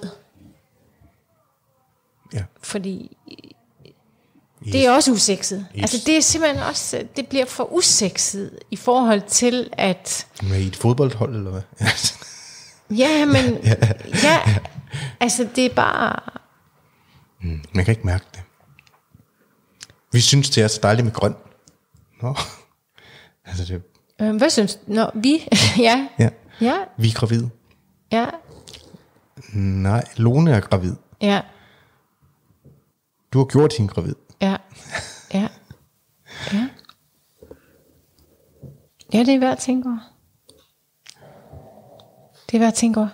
Ja. Fordi yes. det er også usekset. Yes. Altså det er simpelthen også, det bliver for usekset i forhold til at... Med i et fodboldhold, eller hvad? ja, men... ja, ja, altså det er bare... Mm, man kan ikke mærke det. Vi synes, det er så dejligt med grøn. Nå. Altså det... Øh, hvad synes du? Nå, vi? ja. ja. Ja. Vi er gravide. Ja. Nej, Lone er gravid. Ja. Du har gjort hende gravid. Ja, ja, ja. Ja, det er værd at tænke over. Det er værd at tænke over.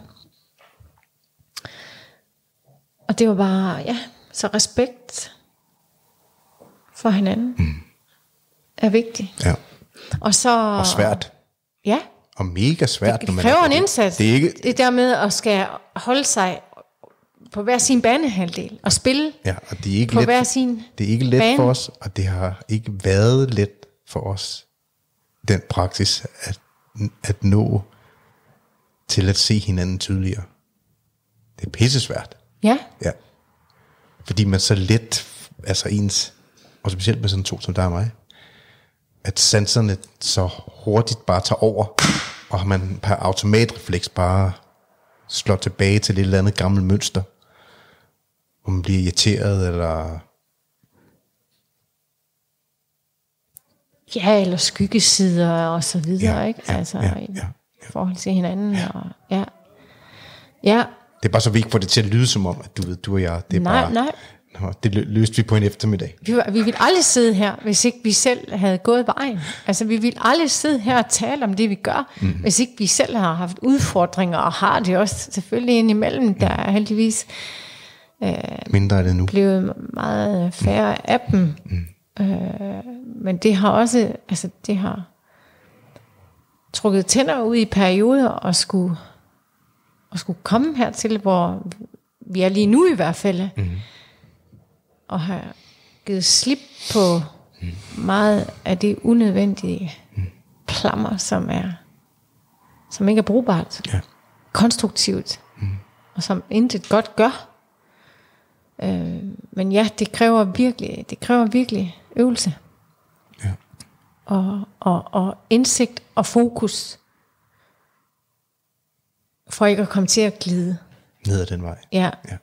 Og det var bare, ja, så respekt for hinanden mm. er vigtigt. Ja. Og så... Og svært. Ja. Og mega svært. Det, det kræver en indsats. Det er ikke... Det der med at skal holde sig på hver sin banehalvdel og spille ja, og det er ikke på let, hver sin det er ikke let bane. for os, og det har ikke været let for os, den praksis, at, at nå til at se hinanden tydeligere. Det er pissesvært. Ja. Ja. Fordi man så let, altså ens, og specielt med sådan to som dig og mig, at sanserne så hurtigt bare tager over, og man per automatrefleks bare slår tilbage til et eller andet gammelt mønster, hvor man bliver irriteret, eller... Ja, eller skyggesider og så videre, Ja, ikke? ja, Altså ja, i ja, ja. forhold til hinanden. Ja. Og, ja. Ja. Det er bare så vigtigt for det til at lyde som om, at du ved, du og jeg, det er Nej, bare... nej. Nå, det lø- løste vi på en eftermiddag. Vi, var, vi ville aldrig sidde her, hvis ikke vi selv havde gået vejen. Altså, vi ville aldrig sidde her og tale om det, vi gør, mm. hvis ikke vi selv har haft udfordringer, og har det også selvfølgelig indimellem. Der er heldigvis øh, Mindre er det nu. blevet meget færre af dem. Mm. Øh, men det har også, altså det har trukket tænder ud i perioder, og skulle, og skulle komme hertil, hvor vi er lige nu i hvert fald, mm. og har givet slip på mm. meget af det unødvendige mm. plammer, som er som ikke er brugbart, ja. konstruktivt, mm. og som intet godt gør. Øh, men ja, det kræver virkelig, det kræver virkelig øvelse. Ja. Og, og, og indsigt og fokus, for ikke at komme til at glide. Ned ad den vej. Ja. Ja.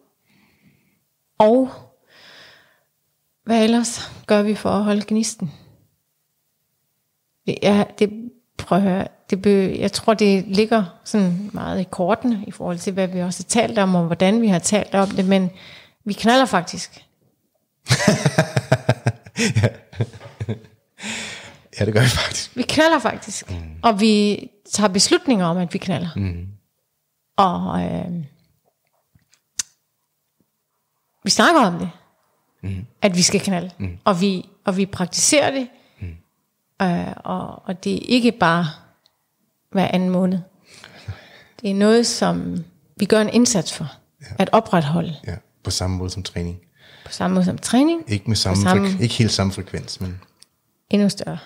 Og hvad ellers gør vi for at holde gnisten? Ja, det prøv at høre, det be, jeg tror det ligger sådan meget i kortene i forhold til hvad vi også har talt om, og hvordan vi har talt om det, men vi knalder faktisk. ja. ja, det gør vi faktisk. Vi knalder faktisk, mm. og vi tager beslutninger om at vi knalder. Mm. Og øh, vi snakker om det, mm. at vi skal knalde, mm. og vi og vi praktiserer det, mm. øh, og og det er ikke bare hver anden måned. Det er noget som vi gør en indsats for ja. At opretholde. Ja, på samme måde som træning. På samme måde som træning. Ikke med samme, samme fre- ikke helt samme frekvens, men endnu større.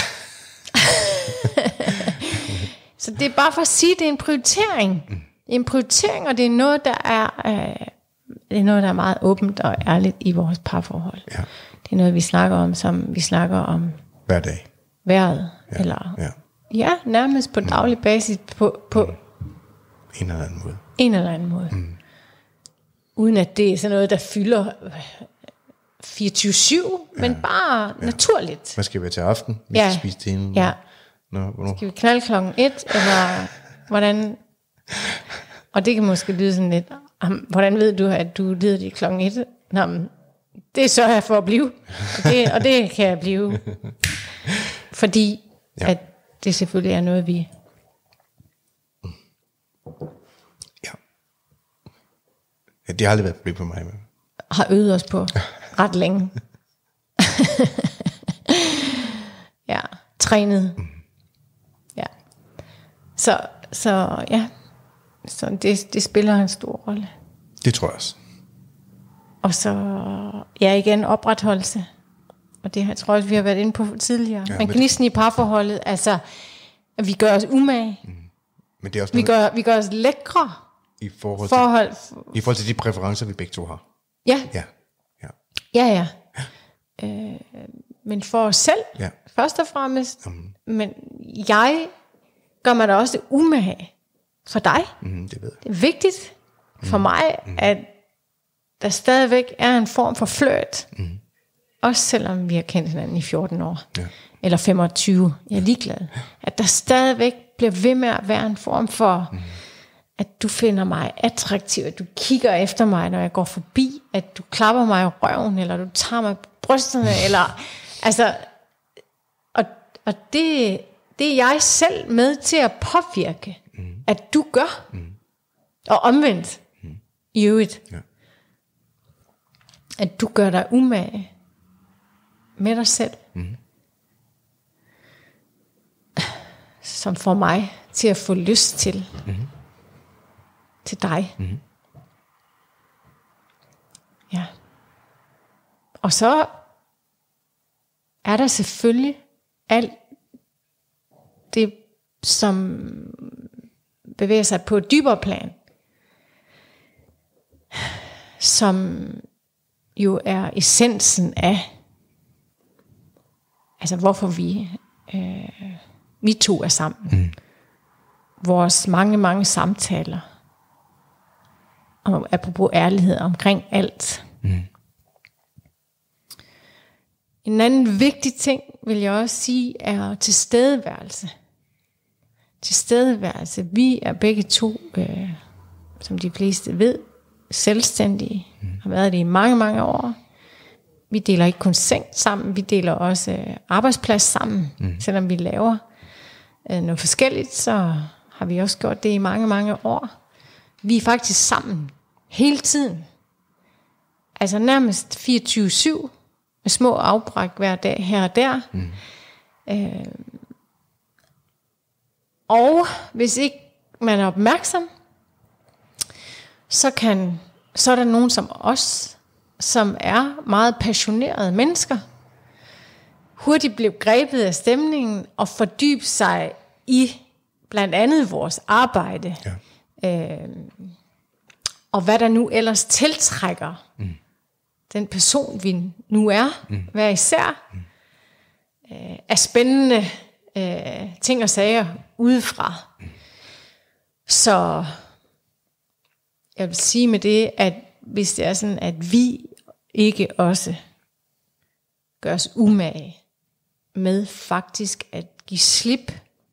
Så det er bare for at sige, at det er en prioritering. Mm. Det er en prioritering, og det er noget, der er, øh, det er noget, der er meget åbent og ærligt i vores parforhold. Ja. Det er noget, vi snakker om, som vi snakker om hver dag. Vejret. Ja. Eller, ja. ja, nærmest på daglig basis på, på mm. en eller anden måde. En eller anden måde. Mm. Uden at det er sådan noget, der fylder fireogtyve syv, ja. Men bare ja. Naturligt. Hvad skal vi til aften? Vi ja. skal spise til en. Ja. Nå, skal vi knalde klokken et, eller hvordan? Og det kan måske lyde sådan lidt, hvordan ved du, at du lider det klokken et? Nå, men det sørger jeg for at blive. Og det, og det kan jeg blive. Fordi, ja. At det selvfølgelig er noget, vi... Ja. Ja, det har aldrig været et problem for mig. Men... har øvet os på ret længe. Ja, trænet. Mm. Ja. Så, så ja, så det, det spiller en stor rolle. Det tror jeg også. Og så, ja igen, opretholdelse. Og det her tror jeg, vi har været inde på tidligere. Ja, men gnisten i parforholdet, altså, at vi gør os umage. Mm. Men det er også vi, gør, vi gør os lækre. I forhold, til, forhold, I forhold til de præferencer, vi begge to har. Ja. Ja, ja. Ja, ja. ja. Øh, men for os selv, ja. Først og fremmest. Mm. Men jeg gør mig da også umage for dig. Mm, det ved jeg. Det er vigtigt for mm. mig, mm. at der stadigvæk er en form for flirt. Mm. Også selvom vi har kendt hinanden i fjorten år. Ja. Eller femogtyve. Jeg er ligeglad. Ja. At der stadigvæk bliver ved med at være en form for... Mm. at du finder mig attraktiv, at du kigger efter mig, når jeg går forbi, at du klapper mig i røven, eller du tager mig på brysterne, eller altså, og, og det, det er jeg selv med til at påvirke, mm. at du gør, mm. og omvendt, mm. i øvrigt, ja. At du gør dig umage med dig selv, mm. som får mig til at få lyst til, mm. til dig. Mm. Ja. Og så er der selvfølgelig alt det, som bevæger sig på et dybere plan, som jo er essensen af, altså hvorfor vi, øh, vi to er sammen. Mm. Vores mange, mange samtaler, og apropos ærlighed omkring alt. Mm. En anden vigtig ting, vil jeg også sige, er tilstedeværelse. Tilstedeværelse. Vi er begge to, øh, som de fleste ved, selvstændige. Mm. Har været det i mange, mange år. Vi deler ikke kun seng sammen, vi deler også øh, arbejdsplads sammen. Mm. Selvom vi laver øh, noget forskelligt, så har vi også gjort det i mange, mange år. Vi er faktisk sammen hele tiden. Altså nærmest fireogtyve syv, med små afbræk hver dag her og der. Mm. Øh, og hvis ikke man er opmærksom, så kan så er der nogen som os, som er meget passionerede mennesker, hurtigt blev grebet af stemningen og fordybe sig i blandt andet vores arbejde. Ja. Øh, og hvad der nu ellers tiltrækker mm. den person, vi nu er, mm. hver især, mm. øh, er spændende øh, ting og sager udefra. Mm. Så jeg vil sige med det, at hvis det er sådan, at vi ikke også gør os umage med faktisk at give slip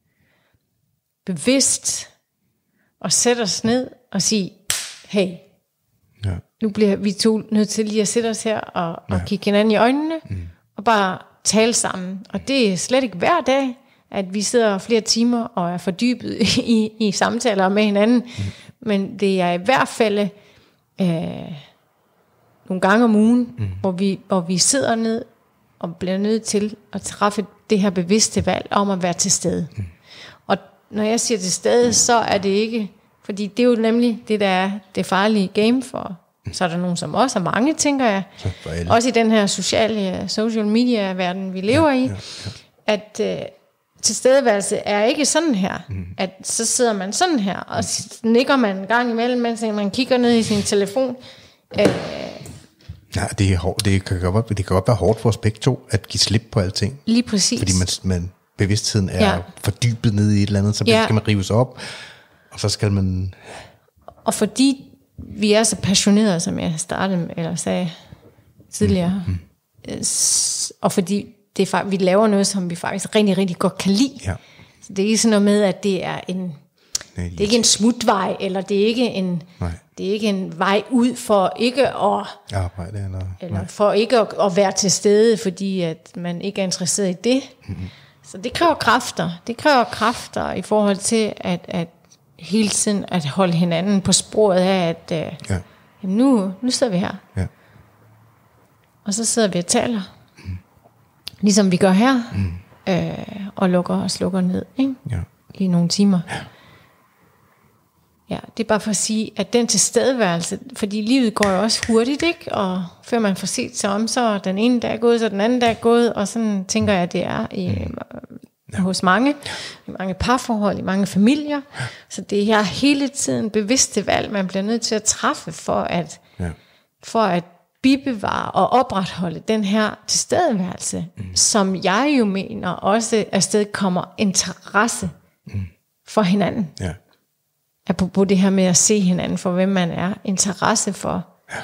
bevidst og sætte os ned og sige, hey, ja. Nu bliver vi to nødt til lige at sætte os her og, ja. og kigge hinanden i øjnene mm. og bare tale sammen. Og det er slet ikke hver dag, at vi sidder flere timer og er fordybet i, i samtaler med hinanden. Mm. Men det er i hvert fald øh, nogle gange om ugen, mm. hvor, vi, hvor vi sidder ned og bliver nødt til at træffe det her bevidste valg om at være til stede. Mm. Og når jeg siger til stede, så er det ikke, fordi det er jo nemlig det, der er det farlige game for. Så er der nogen som os, og mange, tænker jeg, også i den her sociale, social media-verden, vi lever ja, i, ja, ja. at øh, tilstedeværelse er ikke sådan her, mm. at så sidder man sådan her, og nikker man en gang imellem, mens man kigger ned i sin telefon. Øh, ja, det, er hårdt, det, kan godt, det kan godt være hårdt for os begge to, at give slip på alting. Lige præcis. Fordi man, man, bevidstheden er ja. fordybet ned i et eller andet, så ja. skal man rives op, og så skal man... Og fordi vi er så passionerede, som jeg startede med, eller sagde tidligere, mm. Mm. og fordi det er, vi laver noget, som vi faktisk rigtig, rigtig godt kan lide. Ja. Så det er ikke sådan noget med, at det er en, det er ikke en smutvej, eller det er ikke en, det er ikke en vej ud for ikke at arbejde, eller, eller for ikke at, at være til stede, fordi at man ikke er interesseret i det. Mm-hmm. Så det kræver kræfter. Det kræver kræfter i forhold til at, at hele tiden at holde hinanden på sporet af, at uh, ja. jamen nu, nu sidder vi her. Ja. Og så sidder vi og taler. Mm. Ligesom vi gør her. Mm. Øh, og lukker og slukker ned. Ikke? Ja. I nogle timer. Ja. Ja, det er bare for at sige, at den tilstedeværelse, fordi livet går jo også hurtigt, ikke? Og før man får set sig om, så er den ene dag gået, så den anden dag gået, og sådan tænker jeg, at det er i, mm. ja. hos mange, i mange parforhold, i mange familier. Ja. Så det her hele tiden bevidste valg, man bliver nødt til at træffe for at, ja. for at bibevare og opretholde den her tilstedeværelse, mm. som jeg jo mener også afsted kommer interesse mm. for hinanden. Ja. Apropos det her med at se hinanden for, hvem man er. Interesse for. Ja.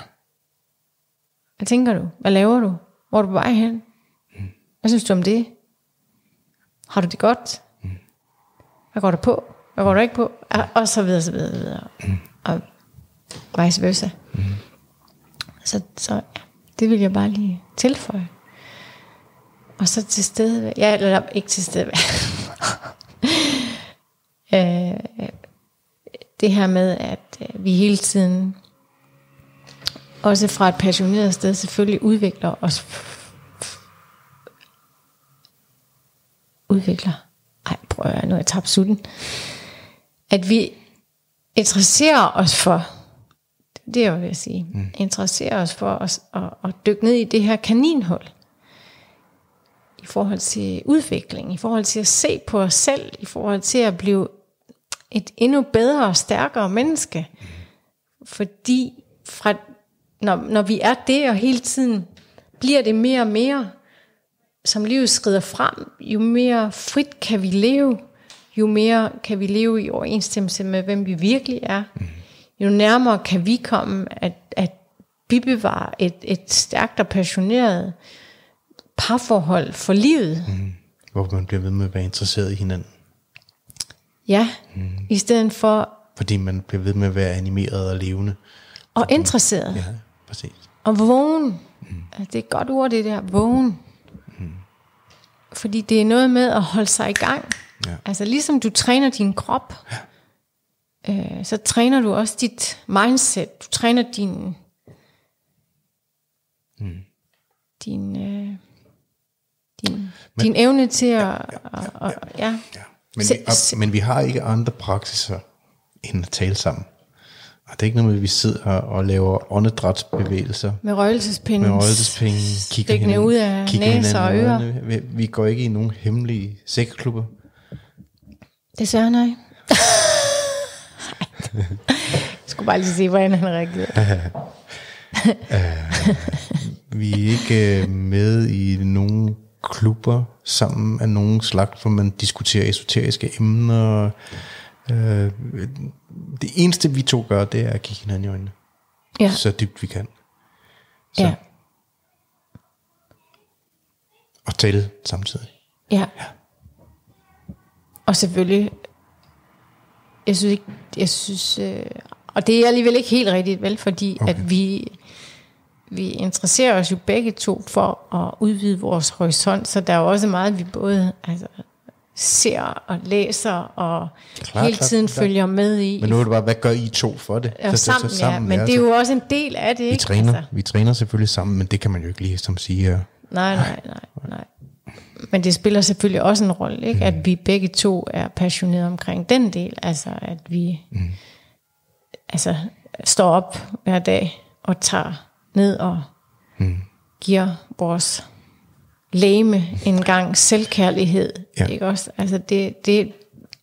Hvad tænker du? Hvad laver du? Hvor er du på vej hen? Mm. Hvad synes du om det? Har du det godt? Mm. Hvad går der på? Hvad går du ikke på? Og, og så videre, så videre, så videre. Mm. Og vice versa. Mm. Så, så ja, det vil jeg bare lige tilføje. Og så til stede, ja, eller ikke til stede. øh, det her med, at øh, vi hele tiden, også fra et passioneret sted, selvfølgelig udvikler os. Udvikler. Ej, prøv at nu har jeg tabt sutten. At vi interesserer os for, det er jeg vil jeg sige, mm. interesserer os for os at, at dykke ned i det her kaninhul. I forhold til udvikling, i forhold til at se på os selv, i forhold til at blive et endnu bedre og stærkere menneske. Mm. Fordi fra, når, når vi er det, og hele tiden bliver det mere og mere, som livet skrider frem, jo mere frit kan vi leve, jo mere kan vi leve i overensstemmelse med, hvem vi virkelig er. Mm. Jo nærmere kan vi komme at, at bibevare et, et stærkt og passioneret parforhold for livet. Mm. Hvor man bliver ved med at være interesseret i hinanden. Ja, mm. i stedet for... Fordi man bliver ved med at være animeret og levende. Og interesseret. Ja, præcis. Og vågen. Mm. Altså, det er et godt ord, det der, vågen. Mm. Fordi det er noget med at holde sig i gang. Ja. Altså ligesom du træner din krop, ja. øh, så træner du også dit mindset. Du træner din... Mm. Din... Øh, Din, men, din evne til at... Ja, ja, ja, ja. Ja. Ja. Men, vi, og, men vi har ikke andre praksiser end at tale sammen. Og det er ikke noget med, at vi sidder og laver åndedrætsbevægelser. Med røgelsespinden. Med røgelsespinden. Kigger hinanden, ud af næser og ører. Vi, vi går ikke i nogen hemmelige sexklubber. Desværre nej. Jeg skulle bare lige se, hvordan han reagerede. uh, vi er ikke med i nogen klubber sammen af nogen slags, hvor man diskuterer esoteriske emner. Uh, det eneste vi to gør, det er at kigge hinanden i øjnene. Ja. Så dybt vi kan. Så. Ja. Og tale samtidig. Ja. ja. Og selvfølgelig, jeg synes ikke, jeg synes, øh, og det er alligevel ikke helt rigtigt, vel, fordi okay. at vi, vi interesserer os jo begge to for at udvide vores horisont, så der er jo også meget, vi både altså, ser og læser og klar, hele tiden klar, klar. følger med i. Men nu er det bare, hvad gør I to for det? Ja, så, sammen, så, så sammen, ja, men det er jo også en del af det, vi ikke? Træner, altså. Vi træner selvfølgelig sammen, men det kan man jo ikke lige som siger. Nej, nej, nej, nej. Men det spiller selvfølgelig også en rolle, ikke? Mm. At vi begge to er passionerede omkring den del, altså at vi mm. altså står op hver dag og tager ned og mm. giver vores legeme en gang selvkærlighed, ja. Ikke også? Altså det, det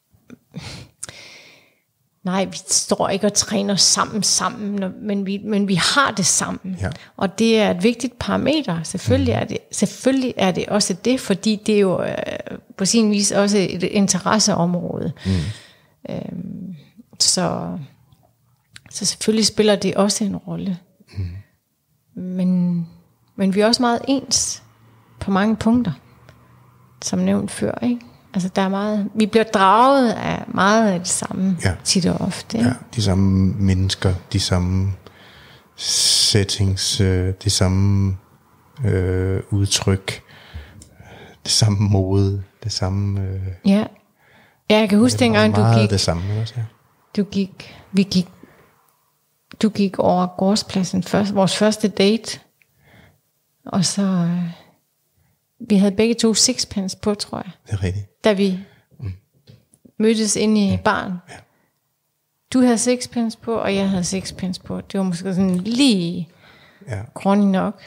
nej, vi står ikke og træner sammen sammen, men vi, men vi har det sammen. Ja. Og det er et vigtigt parameter. Selvfølgelig er det, selvfølgelig er det også det, fordi det er jo øh, på sin vis også et interesseområde. Mm. Øhm, så, så selvfølgelig spiller det også en rolle. Mm. Men, men vi er også meget ens på mange punkter, som nævnt før, ikke? Altså der er meget, vi bliver draget af meget af det samme, ja. Tit og ofte. Ikke? Ja, de samme mennesker, de samme settings, øh, de samme øh, udtryk, det samme mode, det samme... Øh, ja. ja, jeg kan huske dengang du gik... det samme også, ja. Du gik, vi gik, du gik over gårdspladsen først, vores første date, og så... Øh, vi havde begge to sixpence på, tror jeg. Det er rigtigt. Da vi mm. mødtes inde i mm. baren. Ja. Du havde sixpence på, og jeg havde sixpence på. Det var måske sådan lige ja. Grønnig nok.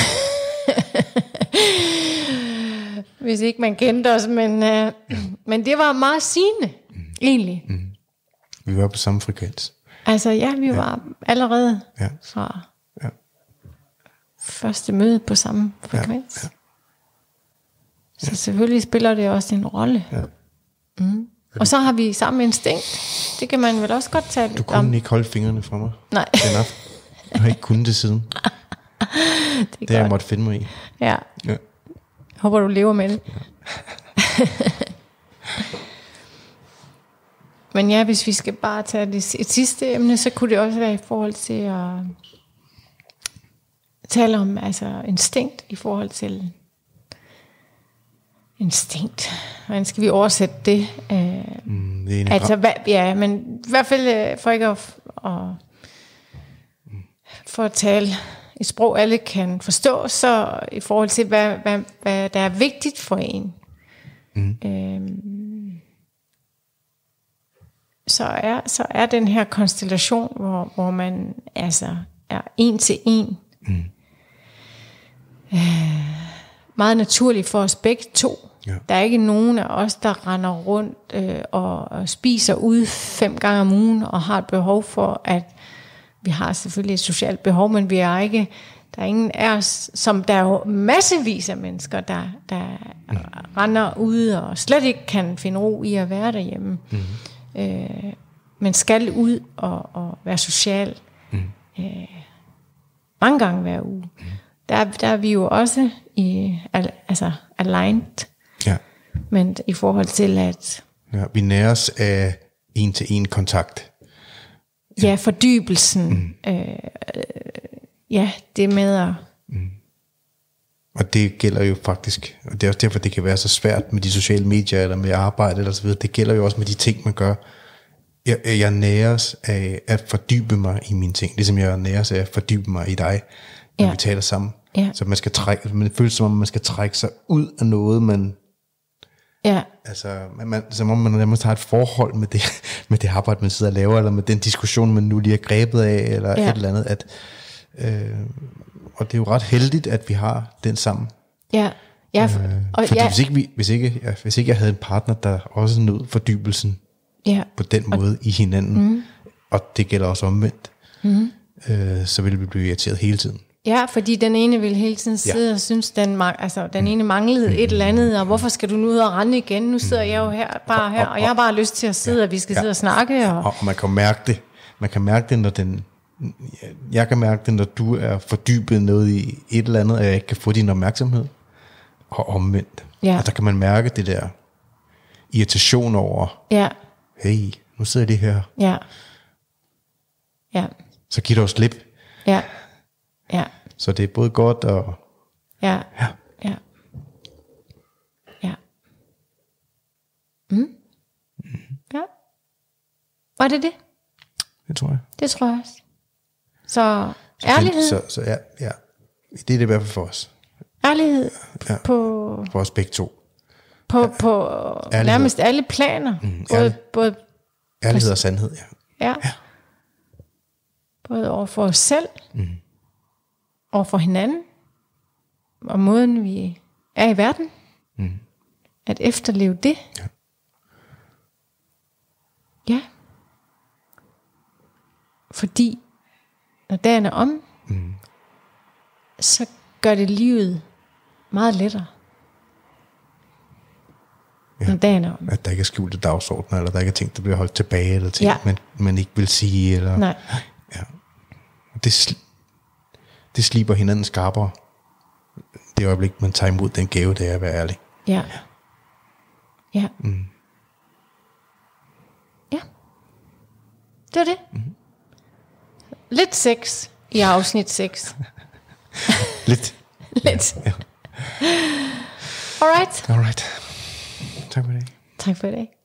Hvis ikke man kendte os, men, øh, men det var meget sigende, mm. egentlig. Mm. Vi var på samme frekvens. Altså ja, vi ja. var allerede ja. fra ja. første møde på samme frekvens. Ja. Ja. Så selvfølgelig spiller det også en rolle. Ja. Mm. Og så har vi samme instinkt. Det kan man vel også godt tale Du kunne om. Ikke holde fingrene fra mig. Nej. Jeg har ikke kunnet det siden. det er det har jeg måtte finde mig i. Ja. ja. Håber du lever med det. Ja. Men ja, hvis vi skal bare tage det, et sidste emne, så kunne det også være i forhold til at tale om altså instinkt i forhold til instinkt. Hvordan skal vi oversætte det? Uh, mm, det er altså, hvad, ja, men i hvert fald for ikke at, at for at tale et sprog, alle kan forstå, så i forhold til, hvad, hvad, hvad der er vigtigt for en. Mm. Øhm, så, er, så er den her konstellation, hvor, hvor man altså er en til en, mm. øh, meget naturligt for os begge to. Ja. Der er ikke nogen af os, der render rundt øh, og, og spiser ud fem gange om ugen, og har et behov for, at vi har selvfølgelig et socialt behov, men vi er ikke, der er ingen af os, som der er jo massevis af mennesker, der, der mm. render ude og slet ikke kan finde ro i at være derhjemme. Mm. Øh, men skal ud og, og være social mm. øh, mange gange hver uge. Mm. Der, der er vi jo også i, al, altså aligned, ja. Men i forhold til at... Ja, vi næres af en-til-en kontakt. Ja, fordybelsen. Mm. Øh, ja, det med at... Mm. Og det gælder jo faktisk, og det er også derfor, det kan være så svært med de sociale medier, eller med arbejde, eller så videre. Det gælder jo også med de ting, man gør. Jeg, jeg næres af at fordybe mig i mine ting, ligesom jeg næres af at fordybe mig i dig, når ja. vi taler sammen. Ja. Så man skal trække, man føles som om, man skal trække sig ud af noget, man... Ja. Altså, man, som om man nærmest har et forhold med det, med det arbejde, man sidder og laver, eller med den diskussion, man nu lige er grebet af, eller ja. et eller andet. At, øh, og det er jo ret heldigt, at vi har den sammen. Ja. Ja. Øh, og fordi ja. hvis, ikke vi, hvis, ikke, ja, hvis ikke jeg havde en partner, der også nød fordybelsen ja. på den måde og, i hinanden, mm. og det gælder også omvendt, mm. øh, så ville vi blive irriteret hele tiden. Ja, fordi den ene vil hele tiden sidde ja. og synes, den, altså, den ene manglede mm. et eller andet, og hvorfor skal du nu ud og rende igen? Nu sidder jeg jo her, bare her, og jeg har bare lyst til at sidde, ja. og vi skal ja. sidde og snakke. Og... og man kan mærke det. Man kan mærke det, når den... Jeg kan mærke det, når du er fordybet noget i et eller andet, og jeg ikke kan få din opmærksomhed. Og omvendt. Ja. Og der kan man mærke det der irritation over, ja. hey, nu sidder det her. Ja. Ja. Så giv dog slip. Ja. Ja. Så det er både godt og... Ja. Ja. Ja. Ja. Mm. Mm. Ja. Var det det? Det tror jeg. Det tror jeg også. Så, så ærlighed. Så, så ja, ja. Det er det i hvert fald for os. Ærlighed ja. på... For os begge to. På, på nærmest alle planer. Mm, både, både ærlighed og sandhed, ja. Ja. ja. Både over for os selv, mm. over for hinanden, og måden vi er i verden. Mm. At efterleve det. Ja. Ja. Fordi når dagen er om, mm. så gør det livet meget lettere. Ja. Når dagen er om. At der ikke er skjulte dagsordner, eller der ikke er ting, der bliver holdt tilbage, eller ting, ja. man, man ikke vil sige. Eller, Nej. Ja. Det, sli- det sliber hinanden skarpere. Det øjeblik, man tager imod den gave, det er at være ærlig. Ja. Ja. Mm. Ja. Det var det. Mm. Lidt sex i afsnit seks. Lidt. Lidt. Ja, ja. Alright. Alright. Tak for det. Tak for det.